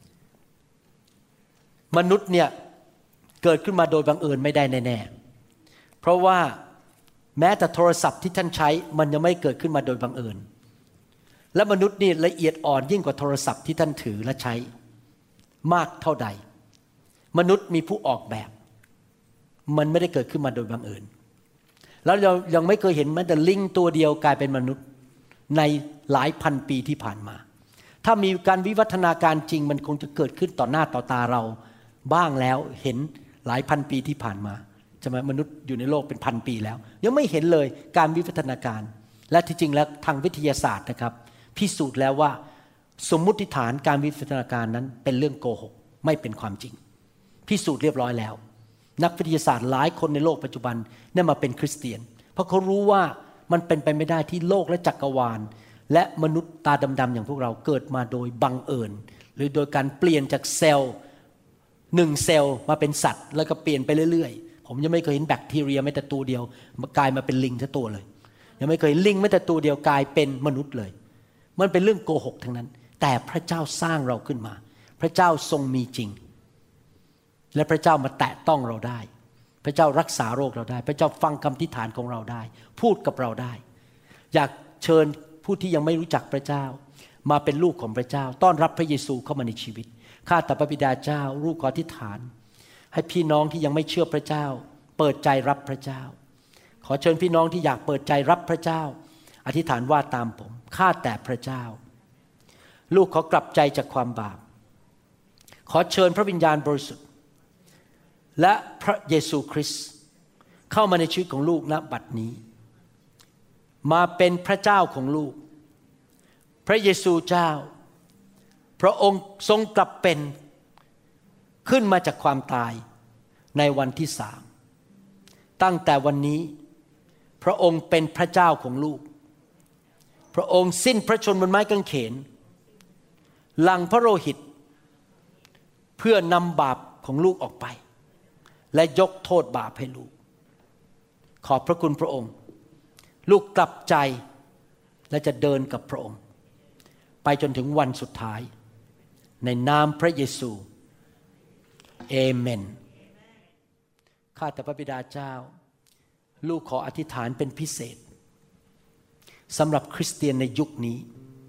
Speaker 3: มนุษย์เนี่ยเกิดขึ้นมาโดยบังเอิญไม่ได้แน่ๆเพราะว่าแม้แต่โทรศัพท์ที่ท่านใช้มันยังไม่เกิดขึ้นมาโดยบังเอิญและมนุษย์นี่ละเอียดอ่อนยิ่งกว่าโทรศัพท์ที่ท่านถือและใช้มากเท่าใดมนุษย์มีผู้ออกแบบมันไม่ได้เกิดขึ้นมาโดยบังเอิญแล้วเรายังไม่เคยเห็นแม้แต่ลิงตัวเดียวกลายเป็นมนุษย์ในหลายพันปีที่ผ่านมาถ้ามีการวิวัฒนาการจริงมันคงจะเกิดขึ้นต่อหน้าต่อตาเราบ้างแล้วเห็นหลายพันปีที่ผ่านมาใช่ไหมมนุษย์อยู่ในโลกเป็นพันปีแล้วยังไม่เห็นเลยการวิวัฒนาการและที่จริงแล้วทางวิทยาศาสตร์นะครับพิสูจน์แล้วว่าสมมุติฐานการวิวัฒนาการนั้นเป็นเรื่องโกหกไม่เป็นความจริงพิสูจน์เรียบร้อยแล้วนักวิทยาศาสตร์หลายคนในโลกปัจจุบันได้มาเป็นคริสเตียนเพราะเขารู้ว่ามันเป็นไปไม่ได้ที่โลกและจักรวาลและมนุษย์ตาดำๆอย่างพวกเราเกิดมาโดยบังเอิญหรือโดยการเปลี่ยนจากเซลล์หนึ่งเซลล์มาเป็นสัตว์แล้วก็เปลี่ยนไปเรื่อยๆผมยังไม่เคยเห็นแบคทีเรียแม้แต่ตัวเดียวกลายมาเป็นลิงทั้งตัวเลยยังไม่เคยเห็นลิงแม้แต่ตัวเดียวกลายเป็นมนุษย์เลยมันเป็นเรื่องโกหกทั้งนั้นแต่พระเจ้าสร้างเราขึ้นมาพระเจ้าทรงมีจริงและพระเจ้ามาแตะต้องเราได้พระเจ้ารักษาโรคเราได้พระเจ้าฟังคำอธิษฐานของเราได้พูดกับเราได้อยากเชิญผู้ที่ยังไม่รู้จักพระเจ้ามาเป็นลูกของพระเจ้าต้อนรับพระเยซูเข้ามาในชีวิตข้าแต่พระบิดาเจ้าลูกขออธิษฐานให้พี่น้องที่ยังไม่เชื่อพระเจ้าเปิดใจรับพระเจ้าขอเชิญพี่น้องที่อยากเปิดใจรับพระเจ้าอธิษฐานว่าตามผมข้าแต่พระเจ้าลูกขอกลับใจจากความบาปขอเชิญพระวิญญาณบริสุทธิ์และพระเยซูคริสต์เข้ามาในชีวิตของลูกณบัดนี้มาเป็นพระเจ้าของลูกพระเยซูเจ้าพระองค์ทรงกลับเป็นขึ้นมาจากความตายในวันที่สามตั้งแต่วันนี้พระองค์เป็นพระเจ้าของลูกพระองค์สิ้นพระชนม์บนไม้กางเขนหลั่งพระโลหิตเพื่อนำบาปของลูกออกไปและยกโทษบาปให้ลูกขอบพระคุณพระองค์ลูกกลับใจและจะเดินกับพระองค์ไปจนถึงวันสุดท้ายในนามพระเยซูเอเมนข้าแต่พระบิดาเจ้าลูกขออธิษฐานเป็นพิเศษสำหรับคริสเตียนในยุคนี้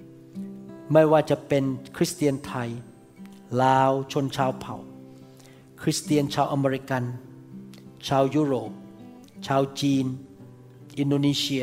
Speaker 3: ไม่ว่าจะเป็นคริสเตียนไทยลาวชนชาวเผ่าคริสเตียนชาวอเมริกันชาวยุโรปชาวจีนอินโดนีเซีย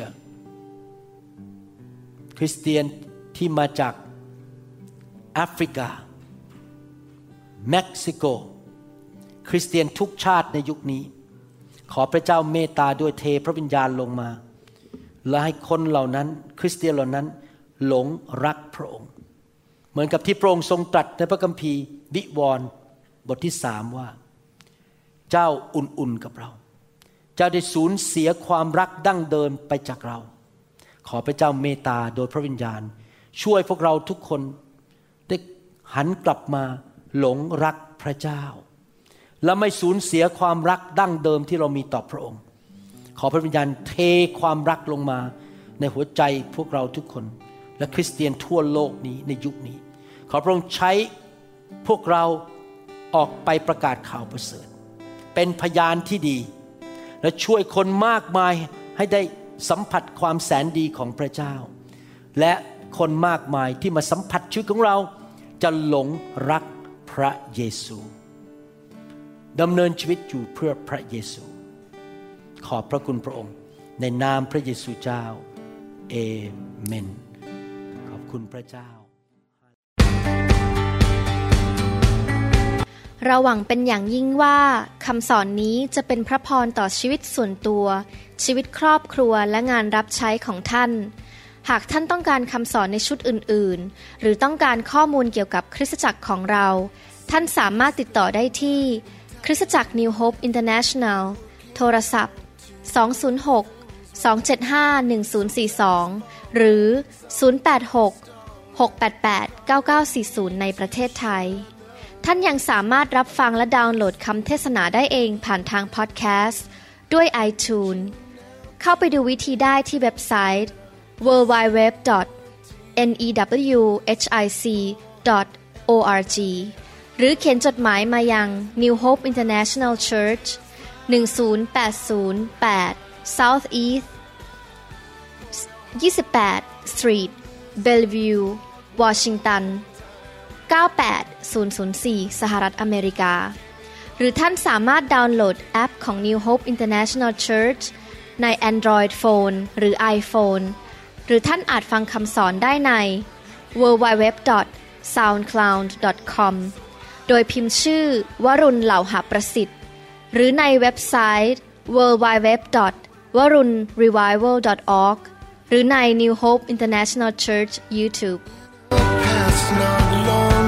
Speaker 3: คริสเตียนที่มาจากแอฟริกาเม็กซิโกคริสเตียนทุกชาติในยุคนี้ขอพระเจ้าเมตตาด้วยเทพระวิญญาณลงมาและให้คนเหล่านั้นคริสเตียนเหล่านั้นหลงรักพระองค์เหมือนกับที่พระองค์ทรงตรัสในพระคัมภีร์วิวรณ์บทที่สามว่าเจ้าอุ่นๆกับเราเจ้าได้สูญเสียความรักดั้งเดิมไปจากเราขอพระเจ้าเมตตาโดยพระวิญญาณช่วยพวกเราทุกคนได้หันกลับมาหลงรักพระเจ้าและไม่สูญเสียความรักดั้งเดิมที่เรามีต่อพระองค์ขอพระวิญญาณเทความรักลงมาในหัวใจพวกเราทุกคนและคริสเตียนทั่วโลกนี้ในยุคนี้ขอพระองค์ใช้พวกเราออกไปประกาศข่าวประเสริฐเป็นพยานที่ดีและช่วยคนมากมายให้ได้สัมผัสความแสนดีของพระเจ้าและคนมากมายที่มาสัมผัสชีวิตของเราจะหลงรักพระเยซูดำเนินชีวิตอยู่เพื่อพระเยซูขอบพระคุณพระองค์ในนามพระเยซูเจ้าเอเมนขอบคุณพระเจ้า
Speaker 1: เราหวังเป็นอย่างยิ่งว่าคำสอนนี้จะเป็นพระพรต่อชีวิตส่วนตัวชีวิตครอบครัวและงานรับใช้ของท่านหากท่านต้องการคำสอนในชุดอื่นๆหรือต้องการข้อมูลเกี่ยวกับคริสตจักรของเราท่านสามารถติดต่อได้ที่คริสตจักร New Hope International โทรศัพท์สอง ศูนย์ หก สอง เจ็ด ห้า หนึ่ง ศูนย์ สี่ สองหรือศูนย์ แปด หก หก แปด แปด เก้า เก้า สี่ ศูนย์ในประเทศไทยท่านยังสามารถรับฟังและดาวน์โหลดคำเทศนาได้เองผ่านทางพอดแคสต์ด้วย iTunes เข้าไปดูวิธีได้ที่เว็บไซต์ ดับเบิลยู ดับเบิลยู ดับเบิลยู ดอท เอ็น อี ดับเบิลยู เอช ไอ ซี ดอท โอ อาร์ จี หรือเขียนจดหมายมายัง New Hope International Church หนึ่ง ศูนย์ แปด ศูนย์ แปด South East ยี่สิบแปด Street Bellevue Washington เก้า แปด ศูนย์ ศูนย์ สี่ สหรัฐอเมริกาหรือท่านสามารถดาวน์โหลดแอปของ New Hope International Church ใน Android Phone หรือ iPhone หรือท่านอาจฟังคำสอนได้ใน ดับเบิลยู ดับเบิลยู ดับเบิลยู ดอท ซาวด์คลาวด์ ดอท คอม โดยพิมพ์ชื่อวรุณเหล่าหาประสิทธิ์หรือในเว็บไซต์ ดับเบิลยู ดับเบิลยู ดับเบิลยู ดอท วรุณ รีไววัล ดอท ออร์ก หรือใน New Hope International Church YouTube
Speaker 2: Past not long